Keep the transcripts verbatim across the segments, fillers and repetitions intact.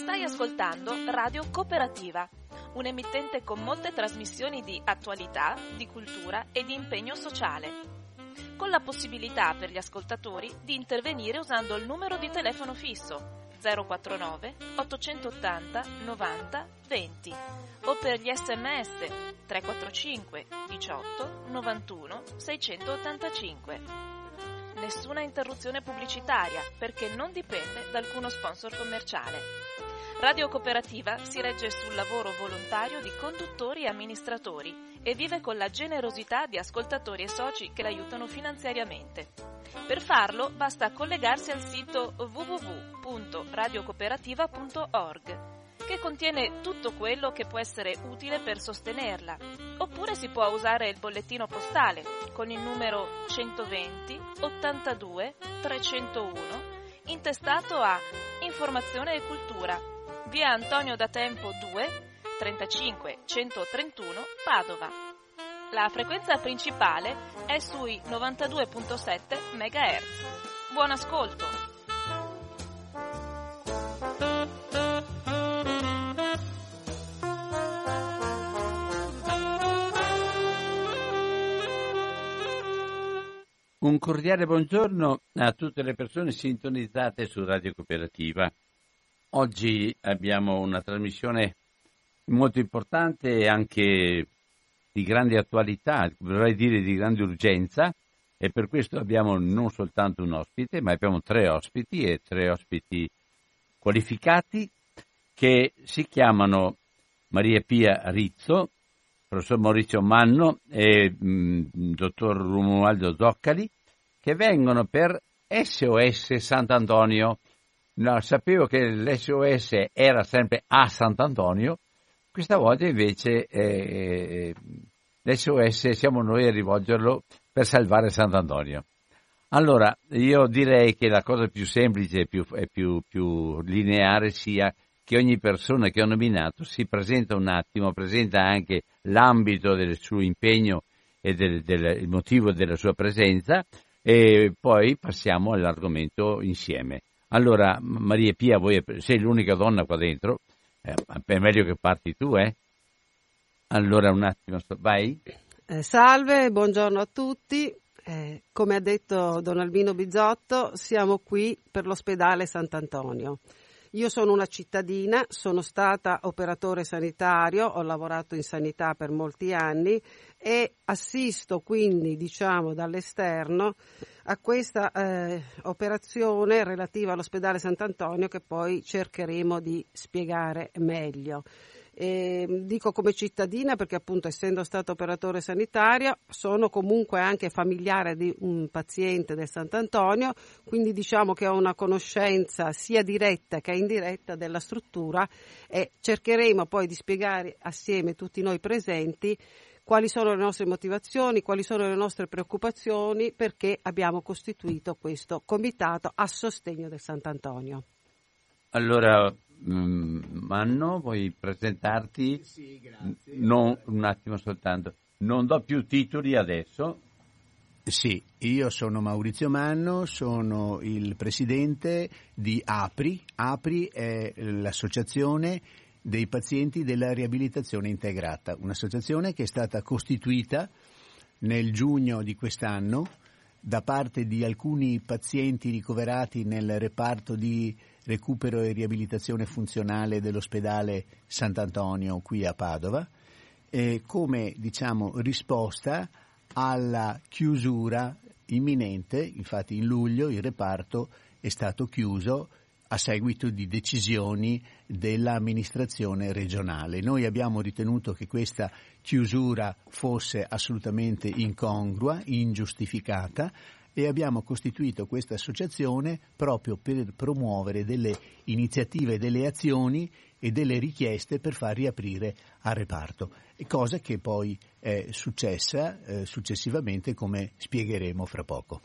Stai ascoltando Radio Cooperativa, un emittente con molte trasmissioni di attualità, di cultura e di impegno sociale, con la possibilità per gli ascoltatori di intervenire usando il numero di telefono fisso zero quattro nove ottocentottanta novanta venti o per gli sms tre quattro cinque diciotto novantuno seicentottantacinque. Nessuna interruzione pubblicitaria perché non dipende da alcuno sponsor commerciale. Radio Cooperativa si regge sul lavoro volontario di conduttori e amministratori e vive con la generosità di ascoltatori e soci che l'aiutano finanziariamente. Per farlo basta collegarsi al sito w w w punto radiocooperativa punto org, che contiene tutto quello che può essere utile per sostenerla, oppure si può usare il bollettino postale con il numero centoventi ottantadue trecentouno intestato a Informazione e Cultura, via Antonio da Tempo due, trentacinque centotrentuno Padova. La frequenza principale è sui novantadue virgola sette megahertz. Buon ascolto! Un cordiale buongiorno a tutte le persone sintonizzate su Radio Cooperativa. Oggi abbiamo una trasmissione molto importante e anche di grande attualità, vorrei dire di grande urgenza, e per questo abbiamo non soltanto un ospite, ma abbiamo tre ospiti e tre ospiti qualificati che si chiamano Maria Pia Rizzo, professor Maurizio Manno e mh, dottor Romualdo Zoccali, che vengono per S O S Sant'Antonio. No, sapevo che l'S O S era sempre a Sant'Antonio, questa volta invece eh, l'S O S siamo noi a rivolgerlo per salvare Sant'Antonio. Allora, io direi che la cosa più semplice e più, più, più lineare sia che ogni persona che ho nominato si presenta un attimo, presenta anche l'ambito del suo impegno e del, del il motivo della sua presenza, e poi passiamo all'argomento insieme. Allora, Maria Pia, voi sei l'unica donna qua dentro, eh, è meglio che parti tu, eh? Allora, un attimo, vai. Eh, salve, buongiorno a tutti. Eh, come ha detto Don Albino Bizzotto, siamo qui per l'ospedale Sant'Antonio. Io sono una cittadina, sono stata operatore sanitario, ho lavorato in sanità per molti anni e assisto quindi, diciamo, dall'esterno a questa eh, operazione relativa all'ospedale Sant'Antonio che poi cercheremo di spiegare meglio. E dico come cittadina perché appunto essendo stato operatore sanitario sono comunque anche familiare di un paziente del Sant'Antonio, quindi diciamo che ho una conoscenza sia diretta che indiretta della struttura e cercheremo poi di spiegare assieme tutti noi presenti quali sono le nostre motivazioni, quali sono le nostre preoccupazioni, perché abbiamo costituito questo comitato a sostegno del Sant'Antonio. Allora, Manno, vuoi presentarti? Sì, grazie. Non, un attimo soltanto, non do più titoli adesso. Sì, io sono Maurizio Manno, sono il presidente di APRI. APRI è l'associazione dei pazienti della riabilitazione integrata, un'associazione che è stata costituita nel giugno di quest'anno da parte di alcuni pazienti ricoverati nel reparto di recupero e riabilitazione funzionale dell'ospedale Sant'Antonio qui a Padova, eh, come diciamo risposta alla chiusura imminente. Infatti in luglio il reparto è stato chiuso a seguito di decisioni dell'amministrazione regionale. Noi abbiamo ritenuto che questa chiusura fosse assolutamente incongrua, ingiustificata, e abbiamo costituito questa associazione proprio per promuovere delle iniziative, delle azioni e delle richieste per far riaprire al reparto, cosa che poi è successa eh, successivamente, come spiegheremo fra poco.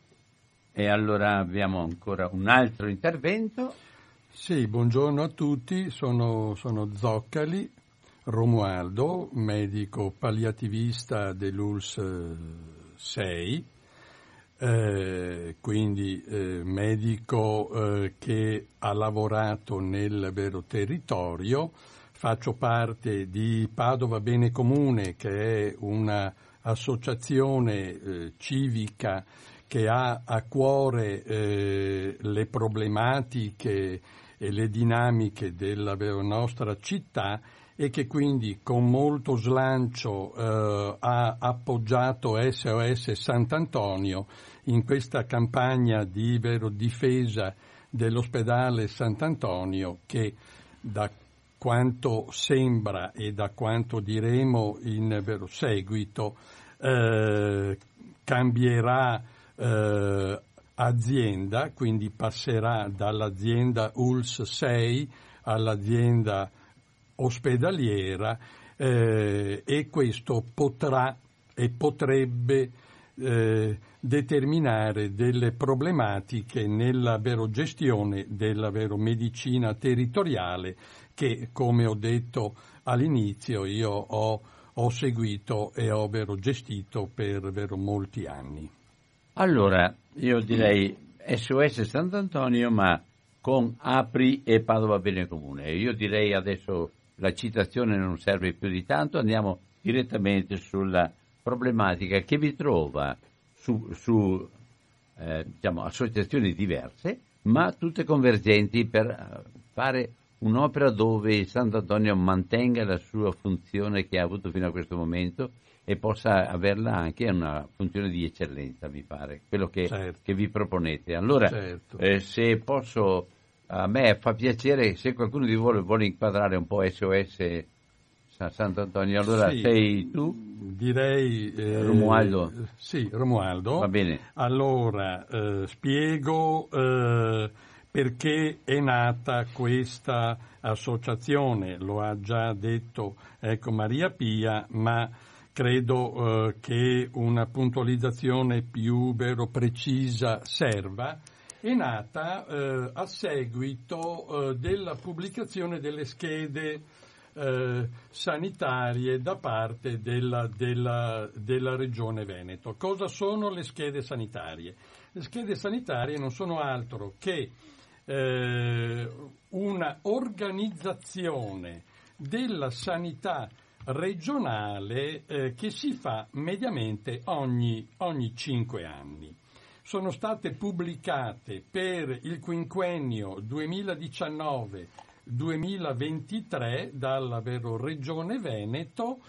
E allora abbiamo ancora un altro intervento. Sì, buongiorno a tutti, sono, sono Zoccali, Romualdo, medico palliativista dell'U L S sei. eh, quindi eh, medico eh, che ha lavorato nel vero territorio. Faccio parte di Padova Bene Comune, che è una associazione eh, civica che ha a cuore eh, le problematiche e le dinamiche della nostra città e che quindi con molto slancio eh, ha appoggiato S O S Sant'Antonio in questa campagna di vero difesa dell'ospedale Sant'Antonio, che da quanto sembra e da quanto diremo in vero seguito eh, cambierà eh, azienda, quindi passerà dall'azienda U L S sei all'azienda ospedaliera eh, e questo potrà e potrebbe eh, determinare delle problematiche nella vero gestione della vero medicina territoriale che, come ho detto all'inizio, io ho, ho seguito e ho vero gestito per vero molti anni. Allora, io direi S O S Sant'Antonio, ma con Apri e Padova Bene Comune. Io direi adesso la citazione non serve più di tanto, andiamo direttamente sulla problematica che vi trova su, su eh, diciamo, associazioni diverse, ma tutte convergenti per fare un'opera dove Sant'Antonio mantenga la sua funzione che ha avuto fino a questo momento e possa averla anche una funzione di eccellenza, mi pare, quello che, certo. che vi proponete. Allora, certo. eh, se posso, a me fa piacere, se qualcuno di voi vuole inquadrare un po' S O S Sant'Antonio, allora sì, sei tu? Direi eh, Romualdo. Sì, Romualdo. Va bene. Allora, eh, spiego eh, perché è nata questa associazione, lo ha già detto ecco Maria Pia, ma credo eh, che una puntualizzazione più vero precisa serva. È nata eh, a seguito eh, della pubblicazione delle schede eh, sanitarie da parte della, della, della Regione Veneto. Cosa sono le schede sanitarie? Le schede sanitarie non sono altro che eh, una organizzazione della sanità regionale eh, che si fa mediamente ogni, ogni cinque anni. Sono state pubblicate per il quinquennio duemiladiciannove duemilaventitré dalla vero Regione Veneto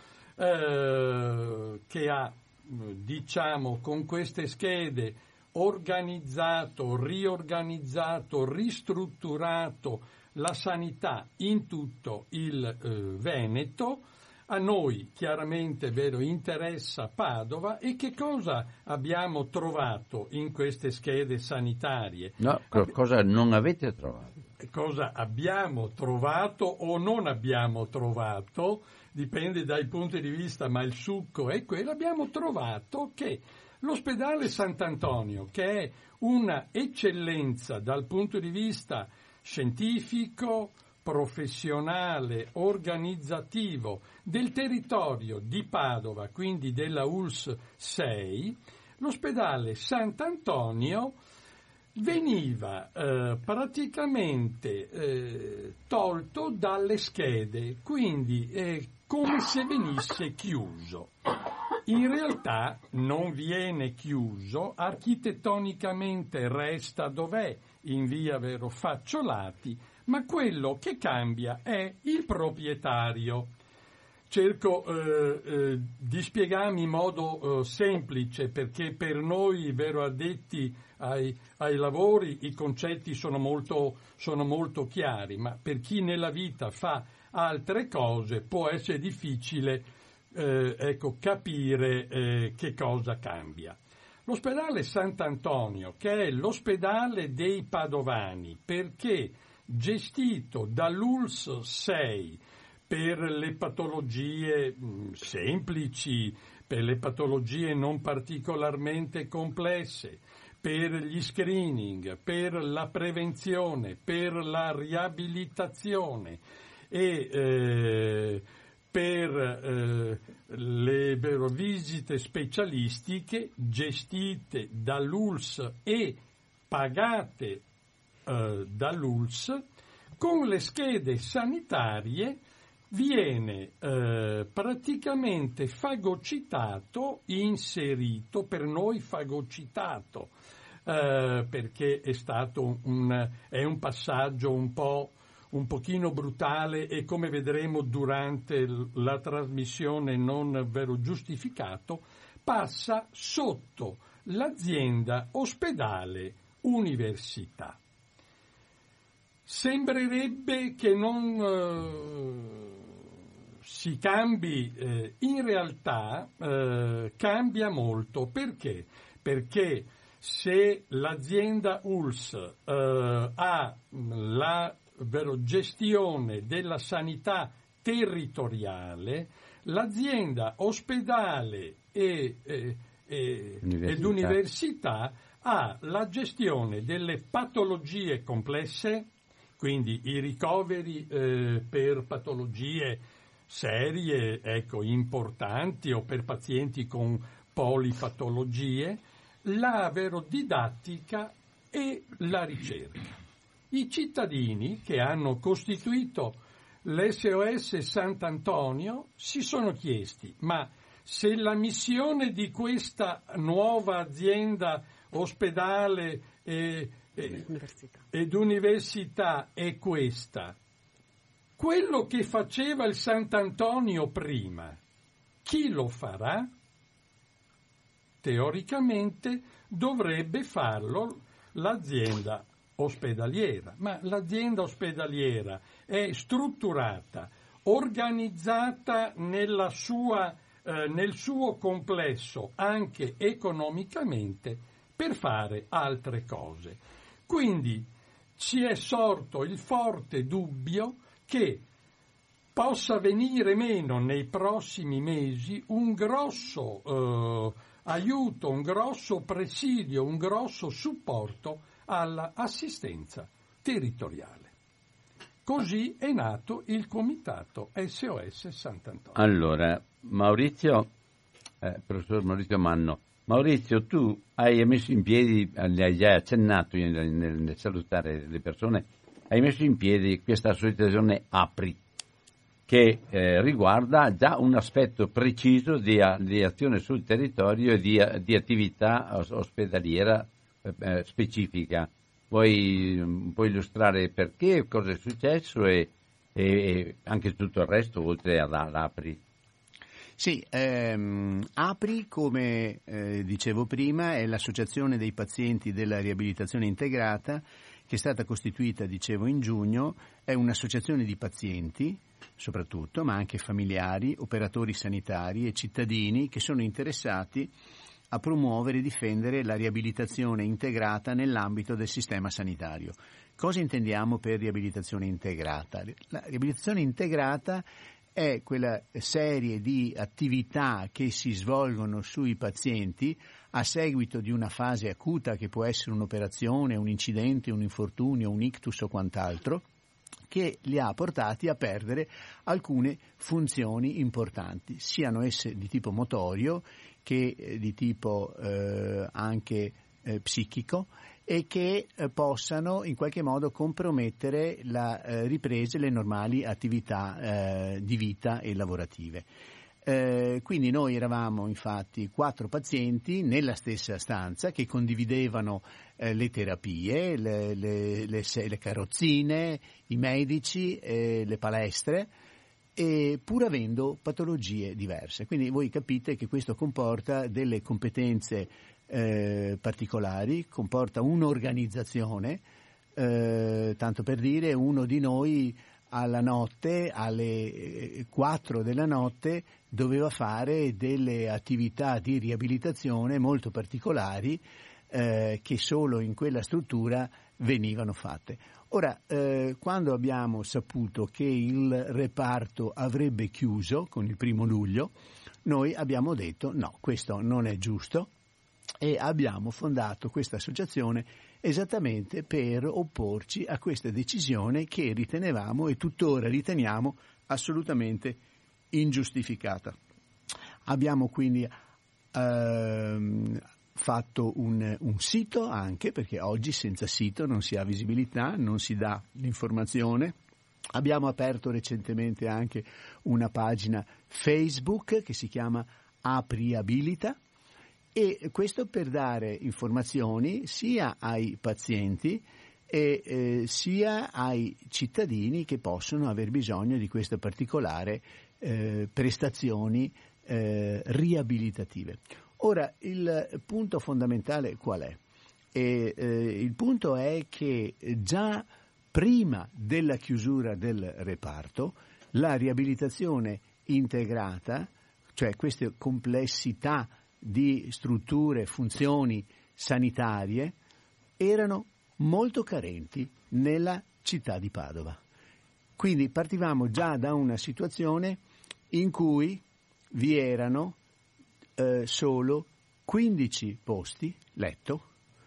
eh, che ha, diciamo, con queste schede organizzato, riorganizzato, ristrutturato la sanità in tutto il eh, Veneto. A noi chiaramente vero interessa Padova e che cosa abbiamo trovato in queste schede sanitarie? No, cosa non avete trovato? Cosa abbiamo trovato o non abbiamo trovato, dipende dai punti di vista, ma il succo è quello. Abbiamo trovato che l'ospedale Sant'Antonio, che è una eccellenza dal punto di vista scientifico, professionale, organizzativo del territorio di Padova, quindi della U L S sei, l'ospedale Sant'Antonio veniva eh, praticamente eh, tolto dalle schede, quindi eh, come se venisse chiuso. In realtà non viene chiuso, architettonicamente resta dov'è, in via Vero Facciolati, ma quello che cambia è il proprietario. Cerco eh, eh, di spiegarmi in modo eh, semplice, perché per noi vero addetti ai, ai lavori i concetti sono molto, sono molto chiari, ma per chi nella vita fa altre cose può essere difficile eh, ecco, capire eh, che cosa cambia. L'ospedale Sant'Antonio, che è l'ospedale dei padovani, perché gestito dall'U L S sei per le patologie mh, semplici, per le patologie non particolarmente complesse, per gli screening, per la prevenzione, per la riabilitazione e eh, per eh, le visite specialistiche gestite dall'U L S e pagate eh, dall'U L S, con le schede sanitarie viene eh, praticamente fagocitato, inserito, per noi fagocitato, eh, perché è stato un, è un passaggio un po' un pochino brutale e, come vedremo durante la trasmissione, non vero giustificato, passa sotto l'azienda ospedale università. Sembrerebbe che non eh, si cambi, eh, in realtà eh, cambia molto. Perché? Perché se l'azienda U L S eh, ha la ovvero gestione della sanità territoriale, l'azienda ospedale e, e, e, università. ed università ha la gestione delle patologie complesse, quindi i ricoveri eh, per patologie serie, ecco, importanti, o per pazienti con polipatologie, la verodidattica e la ricerca. I cittadini che hanno costituito l'S O S Sant'Antonio si sono chiesti: ma se la missione di questa nuova azienda ospedale e, e, università. ed università è questa, quello che faceva il Sant'Antonio prima, chi lo farà? Teoricamente dovrebbe farlo l'azienda ospedaliera, ma l'azienda ospedaliera è strutturata, organizzata nella sua, eh, nel suo complesso anche economicamente per fare altre cose. Quindi ci è sorto il forte dubbio che possa venire meno nei prossimi mesi un grosso eh, aiuto, un grosso presidio, un grosso supporto all'assistenza territoriale. Così è nato il comitato S O S Sant'Antonio. Allora, Maurizio, eh, professor Maurizio Manno, Maurizio, tu hai messo in piedi, gli hai già accennato nel, nel, nel salutare le persone, hai messo in piedi questa associazione APRI, che eh, riguarda già un aspetto preciso di, di azione sul territorio e di, di attività ospedaliera eh, specifica. Vuoi, puoi illustrare perché, cosa è successo e, e anche tutto il resto, oltre ad APRI? Sì, ehm, APRI, come eh, dicevo prima, è l'associazione dei pazienti della riabilitazione integrata, che è stata costituita, dicevo, in giugno. È un'associazione di pazienti, soprattutto, ma anche familiari, operatori sanitari e cittadini che sono interessati a promuovere e difendere la riabilitazione integrata nell'ambito del sistema sanitario. Cosa intendiamo per riabilitazione integrata? La riabilitazione integrata è quella serie di attività che si svolgono sui pazienti a seguito di una fase acuta, che può essere un'operazione, un incidente, un infortunio, un ictus o quant'altro, che li ha portati a perdere alcune funzioni importanti, siano esse di tipo motorio che eh, di tipo eh, anche eh, psichico, e che eh, possano in qualche modo compromettere la eh, ripresa e le normali attività eh, di vita e lavorative. Eh, quindi noi eravamo infatti quattro pazienti nella stessa stanza che condividevano eh, le terapie, le, le, le, le carrozzine, i medici, eh, le palestre, e pur avendo patologie diverse. Quindi voi capite che questo comporta delle competenze eh, particolari, comporta un'organizzazione, eh, tanto per dire, uno di noi alla notte, alle quattro della notte, doveva fare delle attività di riabilitazione molto particolari eh, che solo in quella struttura venivano fatte. Ora, eh, quando abbiamo saputo che il reparto avrebbe chiuso con il primo luglio, noi abbiamo detto no, questo non è giusto, e abbiamo fondato questa associazione esattamente per opporci a questa decisione che ritenevamo e tuttora riteniamo assolutamente ingiustificata. Abbiamo quindi ehm, fatto un, un sito anche, perché oggi senza sito non si ha visibilità, non si dà l'informazione. Abbiamo aperto recentemente anche una pagina Facebook che si chiama Apriabilita, e questo per dare informazioni sia ai pazienti e eh, sia ai cittadini che possono aver bisogno di queste particolari eh, prestazioni eh, riabilitative. Ora, il punto fondamentale qual è? E, eh, il punto è che già prima della chiusura del reparto, la riabilitazione integrata, cioè queste complessità di strutture, funzioni sanitarie, erano molto carenti nella città di Padova. Quindi partivamo già da una situazione in cui vi erano eh, solo quindici posti letto,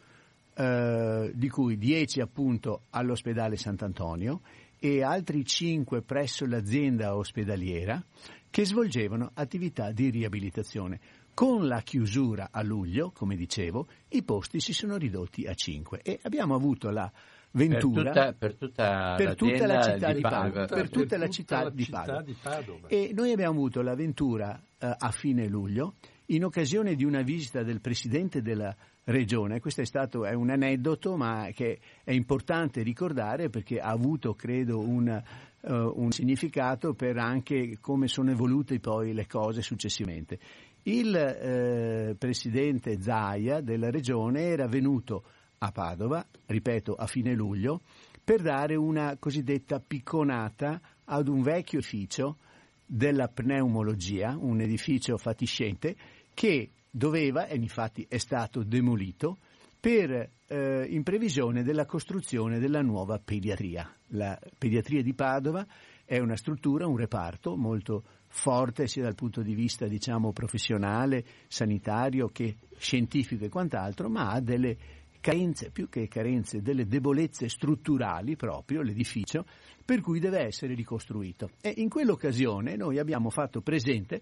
eh, di cui dieci appunto all'ospedale Sant'Antonio e altri cinque presso l'azienda ospedaliera che svolgevano attività di riabilitazione. Con la chiusura a luglio, come dicevo, i posti si sono ridotti a cinque e abbiamo avuto la ventura per tutta, per tutta, per tutta la città di di Padova, Padova. per tutta per la città, tutta la di, città Padova. di Padova. E noi abbiamo avuto la ventura eh, a fine luglio, in occasione di una visita del presidente della regione. Questo è stato è un aneddoto, ma che è importante ricordare perché ha avuto, credo, un uh, un significato per anche come sono evolute poi le cose successivamente. Il eh, presidente Zaia della regione era venuto a Padova, ripeto, a fine luglio, per dare una cosiddetta picconata ad un vecchio edificio della pneumologia, un edificio fatiscente che doveva, e infatti è stato demolito, per eh, in previsione della costruzione della nuova pediatria. La pediatria di Padova è una struttura, un reparto molto forte sia dal punto di vista, diciamo, professionale, sanitario che scientifico e quant'altro, ma ha delle carenze, più che carenze, delle debolezze strutturali proprio, l'edificio, per cui deve essere ricostruito. E in quell'occasione noi abbiamo fatto presente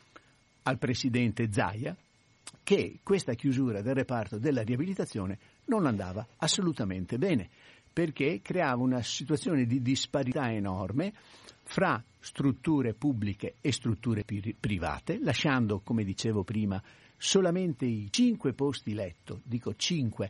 al presidente Zaia che questa chiusura del reparto della riabilitazione non andava assolutamente bene, perché creava una situazione di disparità enorme fra strutture pubbliche e strutture private, lasciando, come dicevo prima, solamente i cinque posti letto, dico cinque,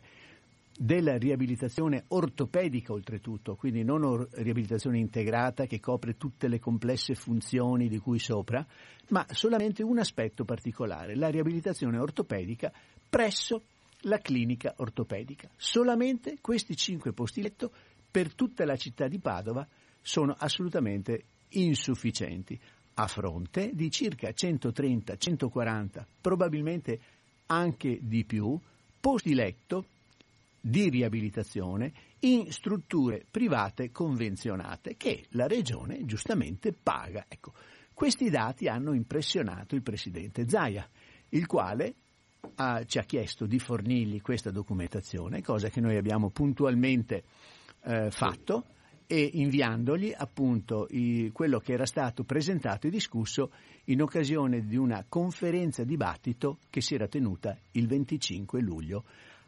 della riabilitazione ortopedica oltretutto, quindi non or- riabilitazione integrata che copre tutte le complesse funzioni di cui sopra, ma solamente un aspetto particolare, la riabilitazione ortopedica presso la clinica ortopedica. Solamente questi cinque posti letto per tutta la città di Padova sono assolutamente insufficienti, a fronte di circa centotrenta centoquaranta, probabilmente anche di più, posti letto di riabilitazione in strutture private convenzionate che la Regione giustamente paga. Ecco, questi dati hanno impressionato il presidente Zaia, il quale ha, ci ha chiesto di fornirgli questa documentazione, cosa che noi abbiamo puntualmente eh, fatto, e inviandogli appunto i, quello che era stato presentato e discusso in occasione di una conferenza dibattito che si era tenuta il venticinque luglio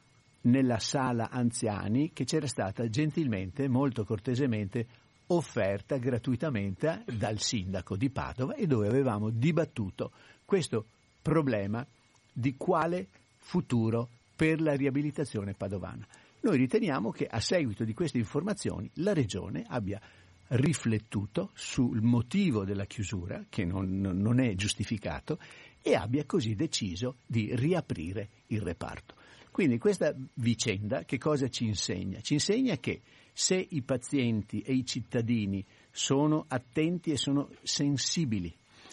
nella sala anziani, che c'era stata gentilmente, molto cortesemente offerta gratuitamente dal sindaco di Padova e dove avevamo dibattuto questo problema di quale futuro per la riabilitazione padovana. Noi riteniamo che a seguito di queste informazioni la Regione abbia riflettuto sul motivo della chiusura, che non, non è giustificato, e abbia così deciso di riaprire il reparto. Quindi questa vicenda che cosa ci insegna? Ci insegna che se i pazienti e i cittadini sono attenti e sono sensibili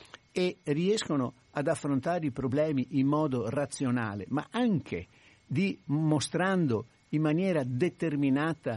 e riescono ad affrontare i problemi in modo razionale, ma anche di mostrando in maniera determinata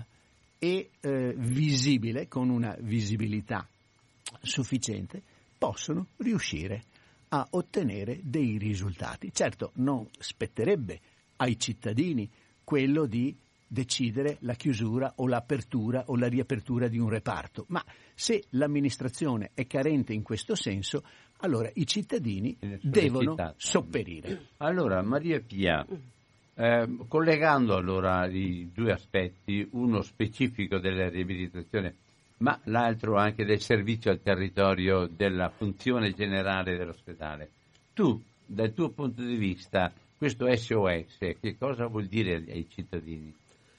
e eh, visibile, con una visibilità sufficiente, possono riuscire a ottenere dei risultati. Certo, non spetterebbe ai cittadini quello di decidere la chiusura o l'apertura o la riapertura di un reparto, ma se l'amministrazione è carente in questo senso allora i cittadini devono città. sopperire. Allora, Maria Pia, eh, collegando allora i due aspetti, uno specifico della riabilitazione, ma l'altro anche del servizio al territorio, della funzione generale dell'ospedale, tu, dal tuo punto di vista, questo S O S, che cosa vuol dire ai cittadini?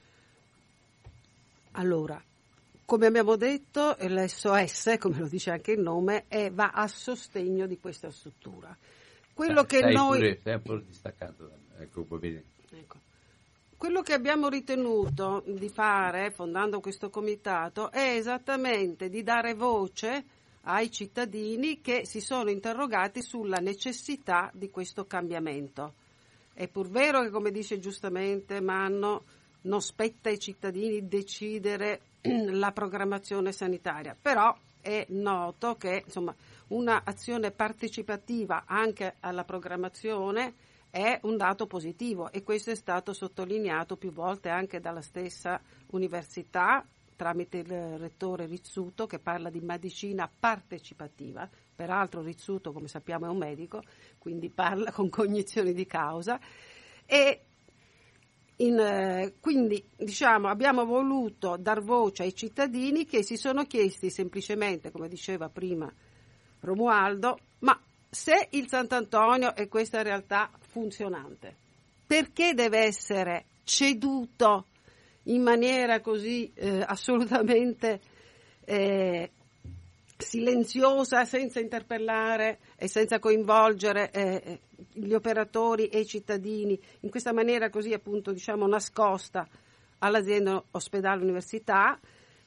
Allora, come abbiamo detto, l'S O S, come lo dice anche il nome, è, va a sostegno di questa struttura. Quello stai, che stai noi... Pure, stai un po' distaccato, ecco, va bene. Ecco. Quello che abbiamo ritenuto di fare, fondando questo comitato, è esattamente di dare voce ai cittadini che si sono interrogati sulla necessità di questo cambiamento. È pur vero che, come dice giustamente Manno, non spetta ai cittadini decidere la programmazione sanitaria, però è noto che insomma un'azione partecipativa anche alla programmazione è un dato positivo, e questo è stato sottolineato più volte anche dalla stessa università tramite il rettore Rizzuto, che parla di medicina partecipativa. Peraltro Rizzuto, come sappiamo, è un medico, quindi parla con cognizione di causa. E in, eh, quindi diciamo abbiamo voluto dar voce ai cittadini che si sono chiesti semplicemente, come diceva prima Romualdo, ma se il Sant'Antonio è questa realtà funzionante, perché deve essere ceduto in maniera così eh, assolutamente eh, silenziosa, senza interpellare e senza coinvolgere eh, gli operatori e i cittadini, in questa maniera così appunto diciamo nascosta all'azienda ospedale università?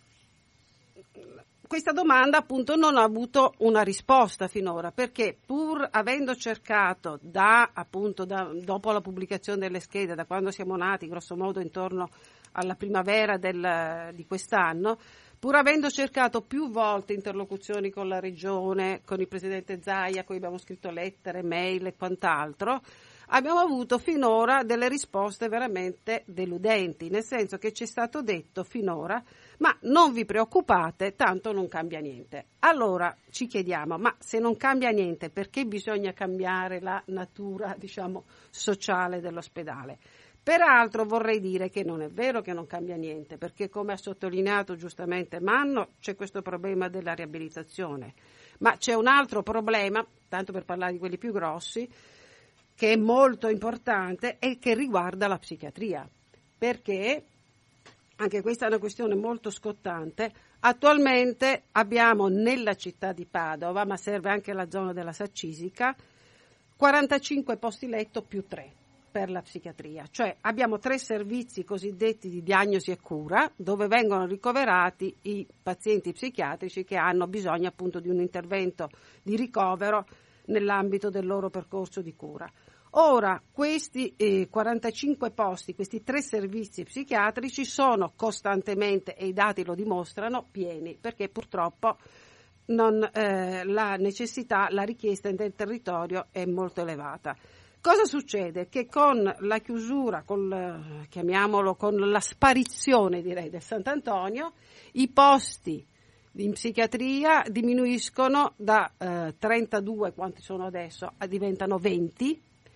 Questa domanda appunto non ha avuto una risposta finora, perché pur avendo cercato da appunto da, dopo la pubblicazione delle schede, da quando siamo nati, grosso modo intorno alla primavera del, di quest'anno, pur avendo cercato più volte interlocuzioni con la regione, con il presidente Zaia, a cui abbiamo scritto lettere, mail e quant'altro, abbiamo avuto finora delle risposte veramente deludenti, nel senso che ci è stato detto finora: ma non vi preoccupate, tanto non cambia niente. Allora ci chiediamo, ma se non cambia niente, perché bisogna cambiare la natura, diciamo, sociale dell'ospedale? Peraltro vorrei dire che non è vero che non cambia niente, perché come ha sottolineato giustamente Manno, c'è questo problema della riabilitazione, ma c'è un altro problema, tanto per parlare di quelli più grossi, che è molto importante e che riguarda la psichiatria, perché anche questa è una questione molto scottante. Attualmente abbiamo nella città di Padova, ma serve anche la zona della Saccisica, quarantacinque posti letto più tre per la psichiatria, cioè abbiamo tre servizi cosiddetti di diagnosi e cura, dove vengono ricoverati i pazienti psichiatrici che hanno bisogno appunto di un intervento di ricovero nell'ambito del loro percorso di cura. Ora, questi eh, quarantacinque posti, questi tre servizi psichiatrici sono costantemente, e i dati lo dimostrano, pieni, perché purtroppo non, eh, la necessità, la richiesta del territorio è molto elevata. Cosa succede? Che con la chiusura, con, chiamiamolo, con la sparizione direi del Sant'Antonio, i posti in psichiatria diminuiscono da eh, trentadue, quanti sono adesso, a diventano venti,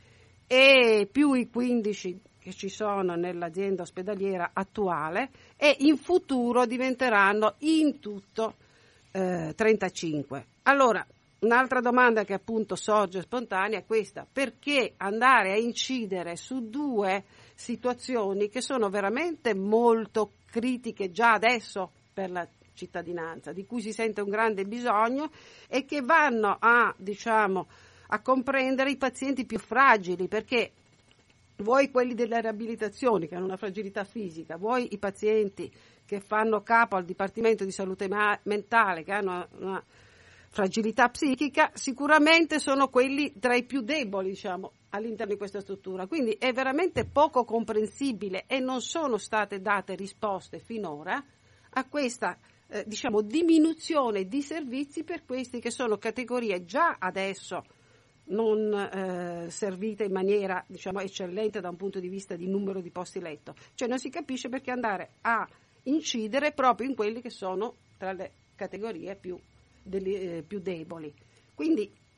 e più i quindici che ci sono nell'azienda ospedaliera attuale, e in futuro diventeranno in tutto eh, trentacinque. Allora, un'altra domanda che appunto sorge spontanea è questa: perché andare a incidere su due situazioni che sono veramente molto critiche già adesso per la cittadinanza, di cui si sente un grande bisogno e che vanno a, diciamo, a comprendere i pazienti più fragili, perché vuoi quelli delle riabilitazioni che hanno una fragilità fisica, vuoi i pazienti che fanno capo al Dipartimento di Salute ma- Mentale che hanno una, una fragilità psichica, sicuramente sono quelli tra i più deboli, diciamo, all'interno di questa struttura. Quindi è veramente poco comprensibile e non sono state date risposte finora a questa eh, diciamo diminuzione di servizi per questi che sono categorie già adesso non eh, servite in maniera, diciamo, eccellente da un punto di vista di numero di posti letto. Cioè non si capisce perché andare a incidere proprio in quelli che sono tra le categorie più, delle, eh, più deboli. Quindi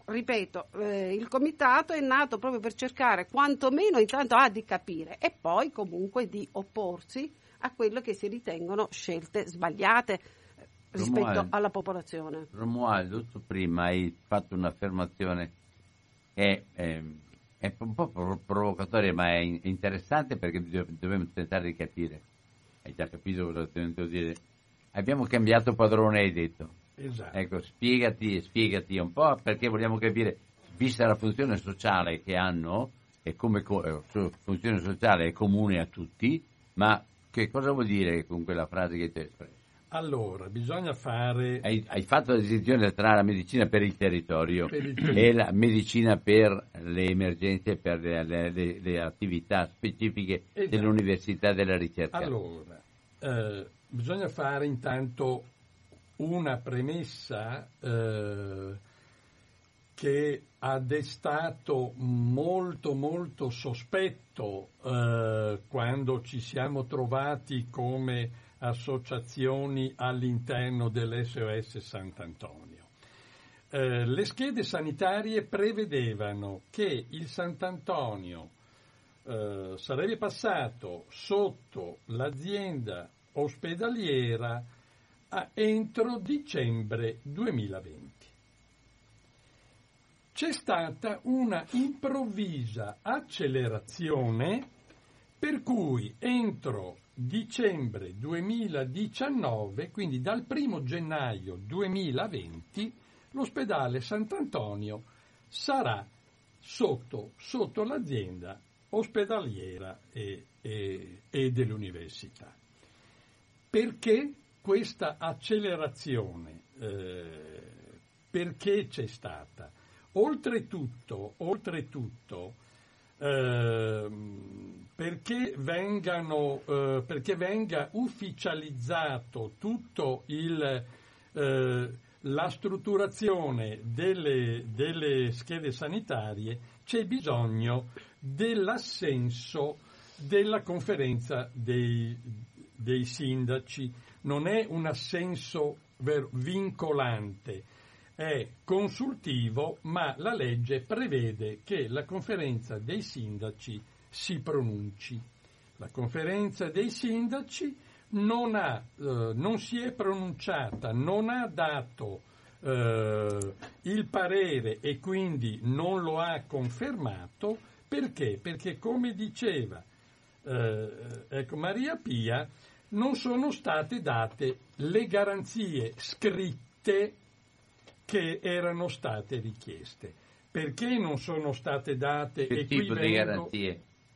ripeto, eh, il comitato è nato proprio per cercare quantomeno intanto ah, di capire e poi comunque di opporsi a quello che si ritengono scelte sbagliate eh, rispetto Romualdo, alla popolazione. Romualdo, tu prima hai fatto un'affermazione che è, è un po' provocatoria, ma è interessante perché dobbiamo tentare di capire. Hai già capito cosa intendo dire? Abbiamo cambiato padrone, hai detto. Esatto. Ecco, spiegati, spiegati un po', perché vogliamo capire, vista la funzione sociale che hanno, e come co- funzione sociale è comune a tutti, ma che cosa vuol dire con quella frase che ti hai espresso? Allora, bisogna fare... Hai, hai fatto la distinzione tra la medicina per il territorio, Per il territorio. e la medicina per le emergenze, per le, le, le, le attività specifiche Esatto. dell'università e della ricerca. Allora, eh, bisogna fare intanto una premessa eh, che ha destato molto molto sospetto eh, quando ci siamo trovati come associazioni all'interno dell'S O S Sant'Antonio. Eh, le schede sanitarie prevedevano che il Sant'Antonio eh, sarebbe passato sotto l'azienda ospedaliera a entro dicembre duemilaventi. C'è stata una improvvisa accelerazione per cui entro dicembre duemiladiciannove, quindi dal primo gennaio duemilaventi, l'ospedale Sant'Antonio sarà sotto, sotto l'azienda ospedaliera e, e, e dell'università. Perché questa accelerazione? Eh, perché c'è stata? Oltretutto, oltretutto eh, perché, vengano, eh, perché venga ufficializzato tutto il, eh, la strutturazione delle, delle schede sanitarie, c'è bisogno dell'assenso della conferenza dei, dei sindaci. Non è un assenso vincolante, è consultivo, ma la legge prevede che la conferenza dei sindaci si pronunci. La conferenza dei sindaci non, ha, eh, non si è pronunciata, non ha dato eh, il parere e quindi non lo ha confermato. Perché? Perché come diceva eh, ecco, Maria Pia, non sono state date le garanzie scritte che erano state richieste. Perché non sono state date? Che e tipo qui di vengo, garanzie?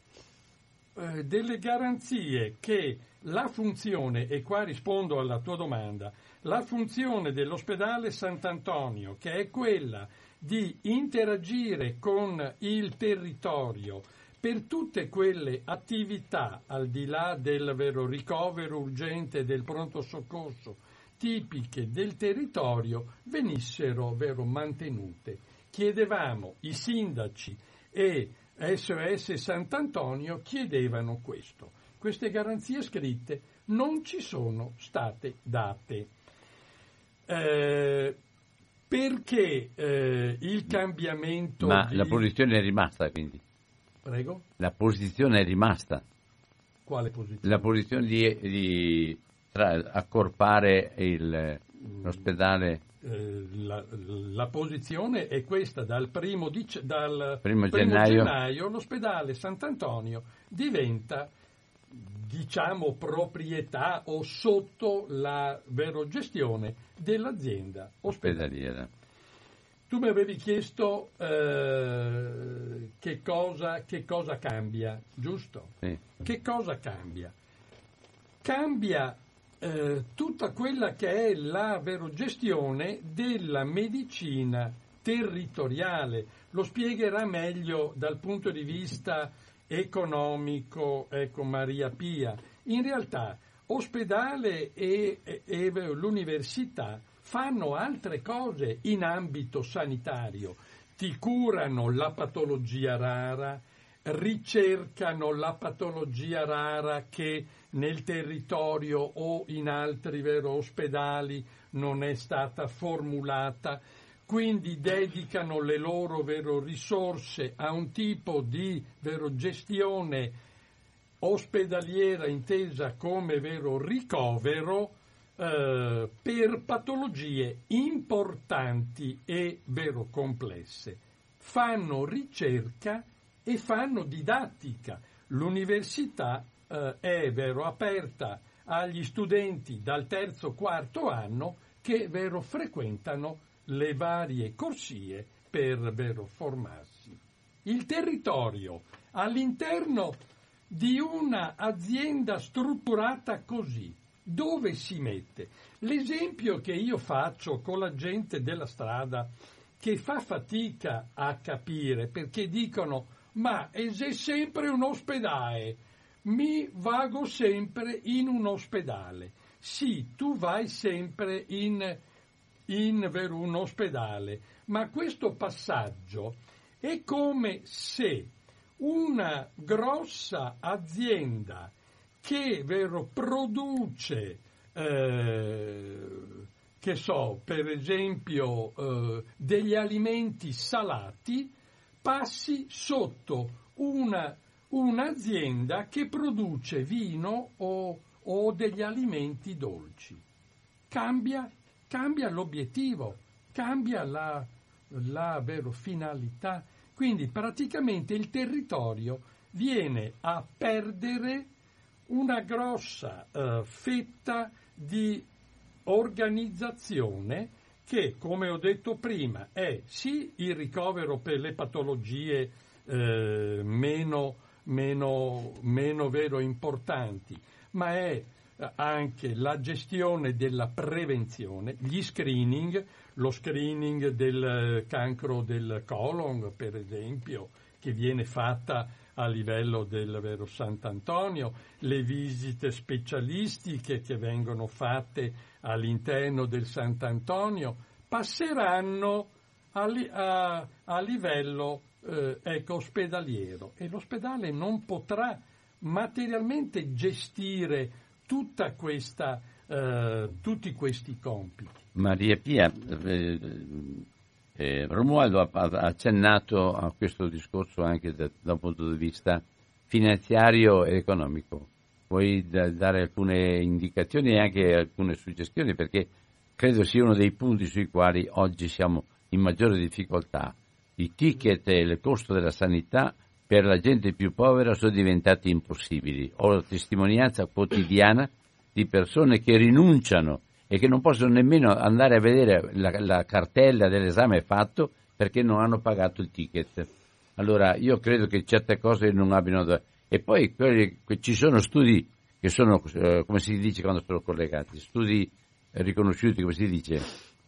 Eh, delle garanzie che la funzione, e qua rispondo alla tua domanda, la funzione dell'ospedale Sant'Antonio, che è quella di interagire con il territorio per tutte quelle attività, al di là del vero ricovero urgente del pronto soccorso, tipiche del territorio, venissero vero mantenute. Chiedevamo, i sindaci e S O S Sant'Antonio chiedevano questo. Queste garanzie scritte non ci sono state date. Eh, perché eh, il cambiamento Ma di... la posizione è rimasta, quindi? Prego? La posizione è rimasta. Quale posizione? La posizione di, di tra, accorpare il, l'ospedale... Eh, la, la posizione è questa: dal primo, dic- dal primo primo gennaio. gennaio l'ospedale Sant'Antonio diventa, diciamo, proprietà o sotto la vero gestione dell'azienda ospedaliera. ospedaliera. Tu mi avevi chiesto eh, che cosa, che cosa cambia, giusto? Sì. Che cosa cambia? Cambia eh, tutta quella che è la vero gestione della medicina territoriale. Lo spiegherà meglio dal punto di vista economico, ecco, Maria Pia. In realtà ospedale e, e, e l'università fanno altre cose in ambito sanitario, ti curano la patologia rara, ricercano la patologia rara che nel territorio o in altri vero ospedali non è stata formulata, quindi dedicano le loro vero, risorse a un tipo di vero, gestione ospedaliera intesa come vero ricovero eh, per patologie importanti e vero complesse. Fanno ricerca e fanno didattica. L'università eh, è vero aperta agli studenti dal terzo quarto anno che vero frequentano le varie corsie per vero formarsi. Il territorio all'interno di una azienda strutturata così, dove si mette? L'esempio che io faccio con la gente della strada che fa fatica a capire perché dicono ma è sempre un ospedale, mi vago sempre in un ospedale. Sì, tu vai sempre in, in vero, un ospedale, ma questo passaggio è come se una grossa azienda che vero, produce, eh, che so, per esempio, eh, degli alimenti salati, passi sotto una, un'azienda che produce vino o, o degli alimenti dolci. Cambia, cambia l'obiettivo, cambia la, la vero, finalità. Quindi praticamente il territorio viene a perdere una grossa uh, fetta di organizzazione che, come ho detto prima, è sì il ricovero per le patologie eh, meno, meno, meno vero importanti, ma è anche la gestione della prevenzione, gli screening, lo screening del cancro del colon, per esempio, che viene fatta a livello del vero Sant'Antonio, le visite specialistiche che vengono fatte all'interno del Sant'Antonio passeranno a, li, a, a livello eh, ecco, ospedaliero, e l'ospedale non potrà materialmente gestire tutta questa, eh, tutti questi compiti. Maria Pia, eh, eh, Romualdo ha, ha accennato a questo discorso anche da, da un punto di vista finanziario e economico. Vuoi da, dare alcune indicazioni e anche alcune suggestioni, perché credo sia uno dei punti sui quali oggi siamo in maggiore difficoltà. I ticket e il costo della sanità per la gente più povera sono diventati impossibili. Ho la testimonianza quotidiana di persone che rinunciano e che non possono nemmeno andare a vedere la, la cartella dell'esame fatto perché non hanno pagato il ticket. Allora io credo che certe cose non abbiano da... E poi quelli, ci sono studi che sono, eh, come si dice quando sono collegati, studi riconosciuti, come si dice?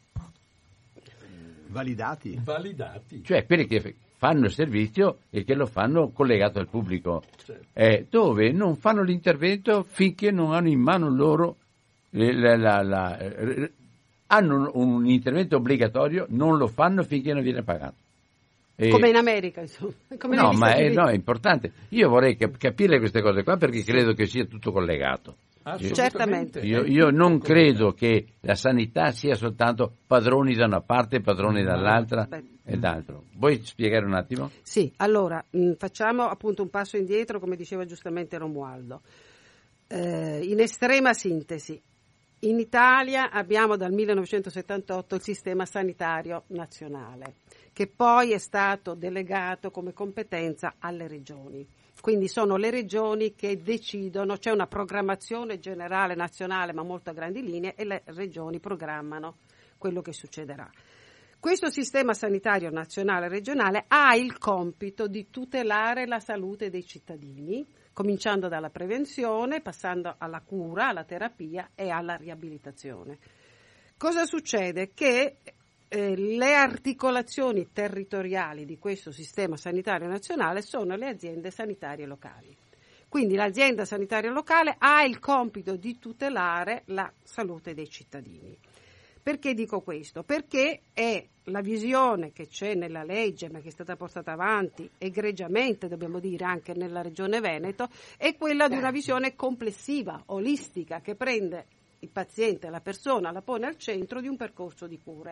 Validati. Validati. Cioè quelli che fanno il servizio e che lo fanno collegato al pubblico, certo. eh, dove non fanno l'intervento finché non hanno in mano loro eh, la, la, la, eh, hanno un, un intervento obbligatorio, non lo fanno finché non viene pagato. E, come in America, insomma. Come no, ma è, no, è importante. Io vorrei cap- capire queste cose qua perché sì. Credo che sia tutto collegato. Certamente. Io, io non credo che la sanità sia soltanto padroni da una parte, padroni dall'altra Beh. e d'altro. Vuoi spiegare un attimo? Sì, allora mh, facciamo appunto un passo indietro, come diceva giustamente Romualdo. Eh, in estrema sintesi, in Italia abbiamo dal millenovecentosettantotto il sistema sanitario nazionale, che poi è stato delegato come competenza alle regioni. Quindi sono le regioni che decidono, c'è una programmazione generale nazionale ma molto a grandi linee e le regioni programmano quello che succederà. Questo sistema sanitario nazionale e regionale ha il compito di tutelare la salute dei cittadini, cominciando dalla prevenzione, passando alla cura, alla terapia e alla riabilitazione. Cosa succede? Che Eh, le articolazioni territoriali di questo sistema sanitario nazionale sono le aziende sanitarie locali. Quindi l'azienda sanitaria locale ha il compito di tutelare la salute dei cittadini. Perché dico questo? Perché è la visione che c'è nella legge, ma che è stata portata avanti egregiamente, dobbiamo dire, anche nella Regione Veneto, è quella di una visione complessiva, olistica, che prende il paziente, la persona, la pone al centro di un percorso di cure.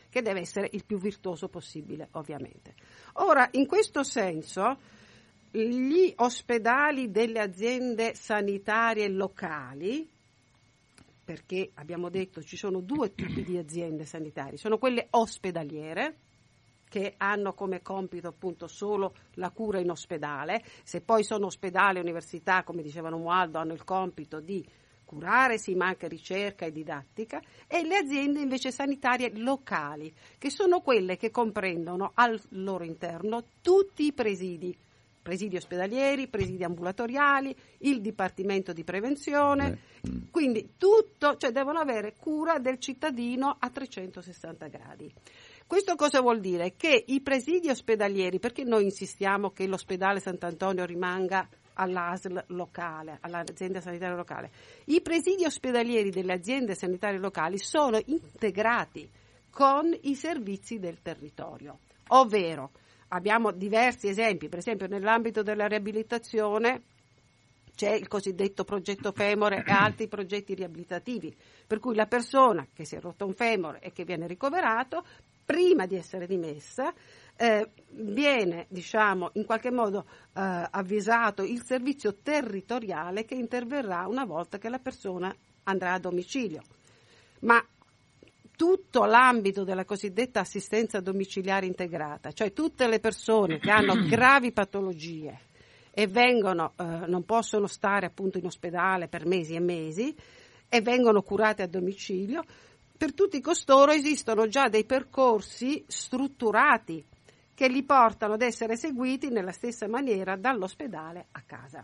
che deve essere il più virtuoso possibile, ovviamente. Ora, in questo senso, gli ospedali delle aziende sanitarie locali, perché abbiamo detto ci sono due tipi di aziende sanitarie, sono quelle ospedaliere, che hanno come compito appunto solo la cura in ospedale. Se poi sono ospedale, università, come diceva Romualdo, hanno il compito di curare, sì, ma anche ricerca e didattica, e le aziende invece sanitarie locali, che sono quelle che comprendono al loro interno tutti i presidi, presidi ospedalieri, presidi ambulatoriali, il dipartimento di prevenzione, eh. quindi tutto, cioè devono avere cura del cittadino a trecentosessanta gradi. Questo cosa vuol dire? Che i presidi ospedalieri, perché noi insistiamo che l'ospedale Sant'Antonio rimanga all'A S L locale, all'azienda sanitaria locale, i presidi ospedalieri delle aziende sanitarie locali sono integrati con i servizi del territorio, ovvero abbiamo diversi esempi, per esempio nell'ambito della riabilitazione c'è il cosiddetto progetto femore e altri progetti riabilitativi, per cui la persona che si è rotto un femore e che viene ricoverato, prima di essere dimessa, eh, viene, diciamo, in qualche modo eh, avvisato il servizio territoriale che interverrà una volta che la persona andrà a domicilio. Ma tutto l'ambito della cosiddetta assistenza domiciliare integrata, cioè tutte le persone che hanno gravi patologie e vengono, eh, non possono stare appunto in ospedale per mesi e mesi e vengono curate a domicilio, per tutti costoro esistono già dei percorsi strutturati che li portano ad essere seguiti nella stessa maniera dall'ospedale a casa.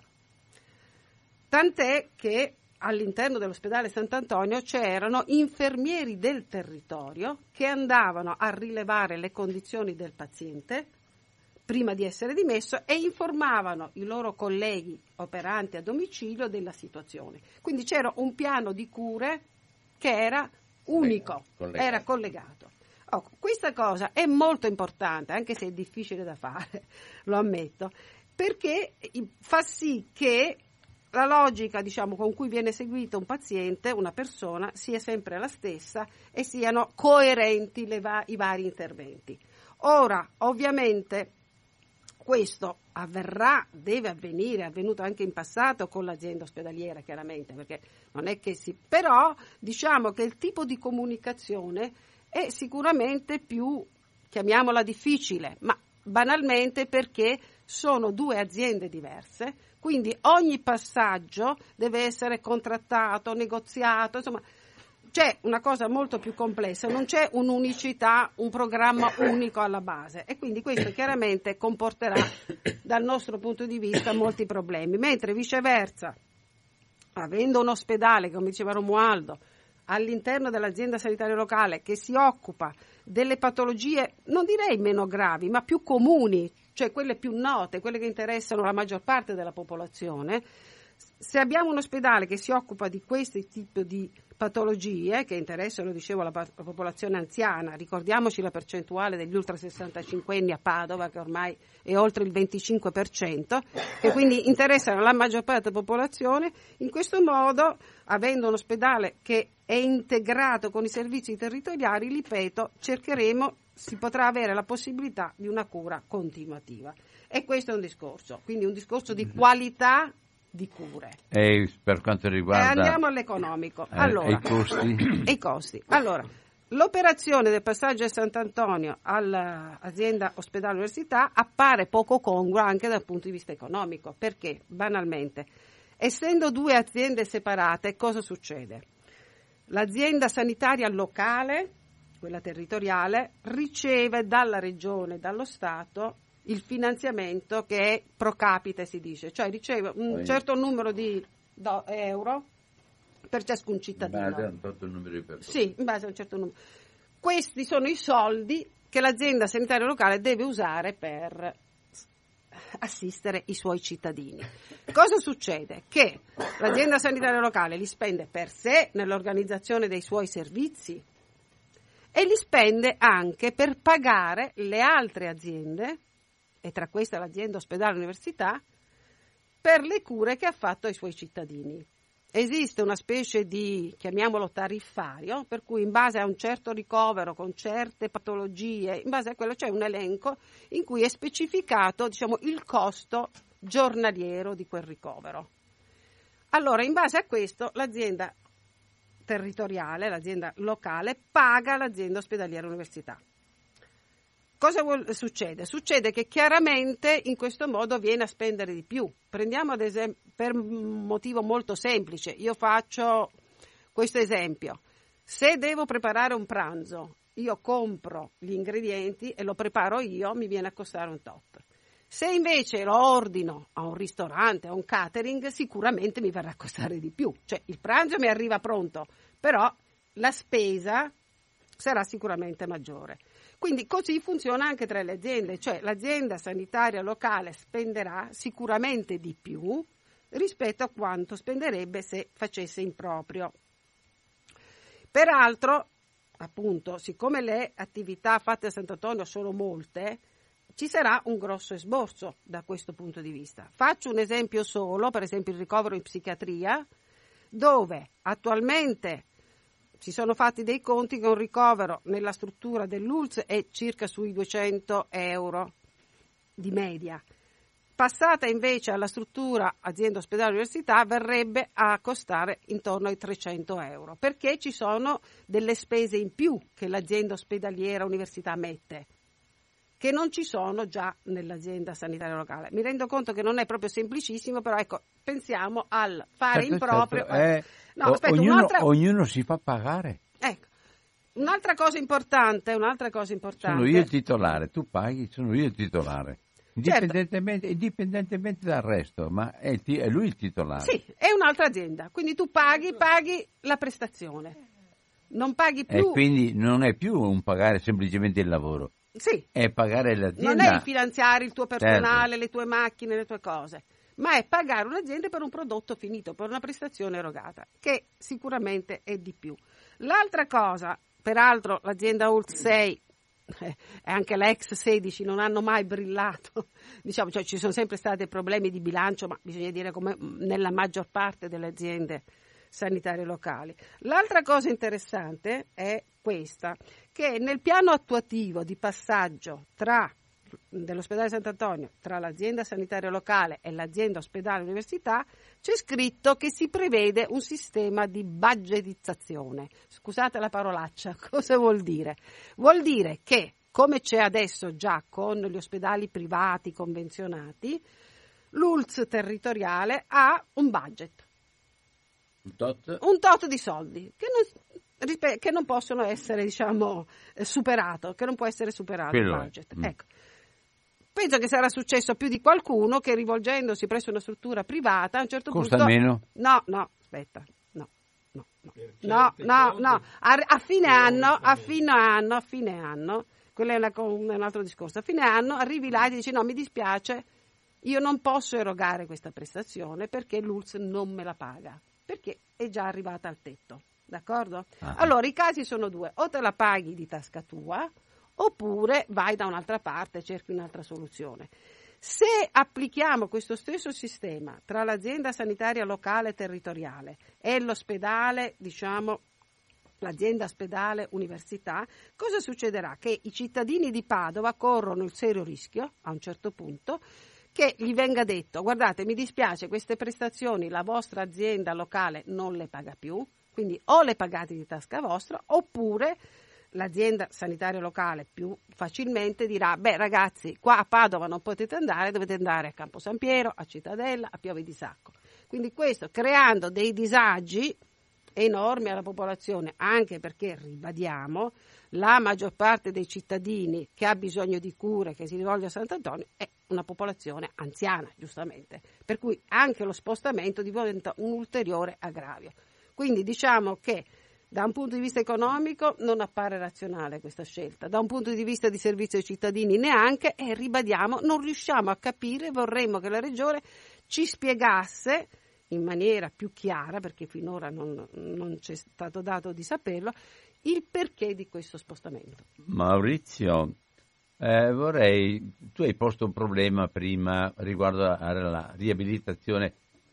Tant'è che all'interno dell'ospedale Sant'Antonio c'erano infermieri del territorio che andavano a rilevare le condizioni del paziente prima di essere dimesso e informavano i loro colleghi operanti a domicilio della situazione. Quindi c'era un piano di cure che era unico, collegato. era collegato. Oh, questa cosa è molto importante, anche se è difficile da fare, lo ammetto, perché fa sì che la logica, diciamo, con cui viene seguito un paziente, una persona, sia sempre la stessa e siano coerenti le va- i vari interventi. Ora, ovviamente, questo avverrà, deve avvenire, è avvenuto anche in passato con l'azienda ospedaliera, chiaramente, perché non è che si... Però diciamo che il tipo di comunicazione è sicuramente più, chiamiamola difficile, ma banalmente perché sono due aziende diverse, quindi ogni passaggio deve essere contrattato, negoziato, insomma... C'è una cosa molto più complessa, non c'è un'unicità, un programma unico alla base e quindi questo chiaramente comporterà dal nostro punto di vista molti problemi, mentre viceversa, avendo un ospedale, come diceva Romualdo, all'interno dell'azienda sanitaria locale che si occupa delle patologie, non direi meno gravi, ma più comuni, cioè quelle più note, quelle che interessano la maggior parte della popolazione, se abbiamo un ospedale che si occupa di questo tipo di patologie che interessano, dicevo, la, la popolazione anziana, ricordiamoci la percentuale degli ultra sessantacinquenni a Padova che ormai è oltre il venticinque per cento, che quindi interessano la maggior parte della popolazione, in questo modo, avendo un ospedale che è integrato con i servizi territoriali, ripeto, cercheremo, si potrà avere la possibilità di una cura continuativa. E questo è un discorso, quindi un discorso di qualità di cure. E per quanto riguarda... E andiamo all'economico. Eh, allora, e i costi? E i costi. Allora, l'operazione del passaggio a Sant'Antonio all'azienda ospedale università appare poco congrua anche dal punto di vista economico. Perché? Banalmente, essendo due aziende separate, cosa succede? L'azienda sanitaria locale, quella territoriale, riceve dalla regione, dallo Stato, il finanziamento che è pro capite, si dice, cioè riceve un certo numero di do, euro per ciascun cittadino. In base a un certo numero di persone. Sì, in base a un certo numero. Questi sono i soldi che l'azienda sanitaria locale deve usare per assistere i suoi cittadini. Cosa succede? Che l'azienda sanitaria locale li spende per sé nell'organizzazione dei suoi servizi e li spende anche per pagare le altre aziende, e tra queste l'azienda ospedale università, per le cure che ha fatto ai suoi cittadini. esiste una specie di, chiamiamolo tariffario, per cui in base a un certo ricovero con certe patologie, in base a quello c'è un elenco in cui è specificato, diciamo, il costo giornaliero di quel ricovero. Allora, in base a questo, l'azienda territoriale, l'azienda locale, paga l'azienda ospedaliera università. Cosa vuol, succede? Succede che chiaramente in questo modo viene a spendere di più. Prendiamo ad esempio, per un motivo molto semplice, io faccio questo esempio. Se devo preparare un pranzo, io compro gli ingredienti e lo preparo io, mi viene a costare un tot. Se invece lo ordino a un ristorante, a un catering, sicuramente mi verrà a costare di più. Cioè il pranzo mi arriva pronto, però la spesa sarà sicuramente maggiore. Quindi così funziona anche tra le aziende, cioè l'azienda sanitaria locale spenderà sicuramente di più rispetto a quanto spenderebbe se facesse in proprio. Peraltro, appunto, siccome le attività fatte a Sant'Antonio sono molte, ci sarà un grosso esborso da questo punto di vista. Faccio un esempio solo, per esempio il ricovero in psichiatria, dove attualmente si sono fatti dei conti che un ricovero nella struttura dell'U L S è circa sui duecento euro di media. Passata invece alla struttura azienda ospedale università verrebbe a costare intorno ai trecento euro, perché ci sono delle spese in più che l'azienda ospedaliera università mette, che non ci sono già nell'azienda sanitaria locale. Mi rendo conto che non è proprio semplicissimo, però ecco, pensiamo al fare certo, in proprio. Certo. Eh, no, aspetta, ognuno, un'altra... ognuno si fa pagare. Ecco, un'altra cosa importante, un'altra cosa importante. Sono io il titolare, tu paghi, sono io il titolare. Indipendentemente, certo. indipendentemente dal resto, ma è, il, è lui il titolare. Sì, è un'altra azienda, quindi tu paghi, paghi la prestazione, non paghi più. E quindi non è più un pagare semplicemente il lavoro. Sì. È pagare l'azienda. Non è il finanziare il tuo personale, certo. le tue macchine, le tue cose, ma è pagare un'azienda per un prodotto finito, per una prestazione erogata, che sicuramente è di più. L'altra cosa, peraltro l'azienda U L S sei eh, e anche la ex sedici non hanno mai brillato, diciamo, cioè ci sono sempre stati problemi di bilancio, ma bisogna dire come nella maggior parte delle aziende sanitarie locali. L'altra cosa interessante è questa, che nel piano attuativo di passaggio tra dell'ospedale Sant'Antonio, tra l'azienda sanitaria locale e l'azienda ospedale università, c'è scritto che si prevede un sistema di budgetizzazione. Scusate la parolaccia, cosa vuol dire? Vuol dire che, come c'è adesso già con gli ospedali privati convenzionati, l'U L S territoriale ha un budget. Un tot? Un tot di soldi, che non, che non possono essere, diciamo, superato, che non può essere superato Quello il budget. Mm. Ecco. Penso che sarà successo a più di qualcuno che rivolgendosi presso una struttura privata a un certo Costa punto... meno? No, no, aspetta, no, no, no, no, no, no. A, a fine anno, a fine anno, a fine anno, quello è, una, è un altro discorso, a fine anno arrivi là e dici no, mi dispiace, io non posso erogare questa prestazione perché l'U L S non me la paga, perché è già arrivata al tetto, d'accordo? Ah. Allora i casi sono due, o te la paghi di tasca tua, oppure vai da un'altra parte e cerchi un'altra soluzione. Se applichiamo questo stesso sistema tra l'azienda sanitaria locale e territoriale e l'ospedale, diciamo, l'azienda ospedale università, cosa succederà? Che i cittadini di Padova corrono il serio rischio, a un certo punto, che gli venga detto, guardate, mi dispiace, queste prestazioni la vostra azienda locale non le paga più, quindi o le pagate di tasca vostra, oppure l'azienda sanitaria locale più facilmente dirà, beh ragazzi, qua a Padova non potete andare, dovete andare a Campo San Piero, a Cittadella, a Piove di Sacco. Quindi questo creando dei disagi enormi alla popolazione, anche perché, ribadiamo, la maggior parte dei cittadini che ha bisogno di cure, che si rivolge a Sant'Antonio, è una popolazione anziana, giustamente, per cui anche lo spostamento diventa un ulteriore aggravio. Quindi diciamo che da un punto di vista economico non appare razionale questa scelta, da un punto di vista di servizio ai cittadini neanche, e ribadiamo, non riusciamo a capire, vorremmo che la Regione ci spiegasse in maniera più chiara, perché finora non, non c'è stato dato di saperlo, il perché di questo spostamento. Maurizio, eh, vorrei, tu hai posto un problema prima riguardo alla riabilitazione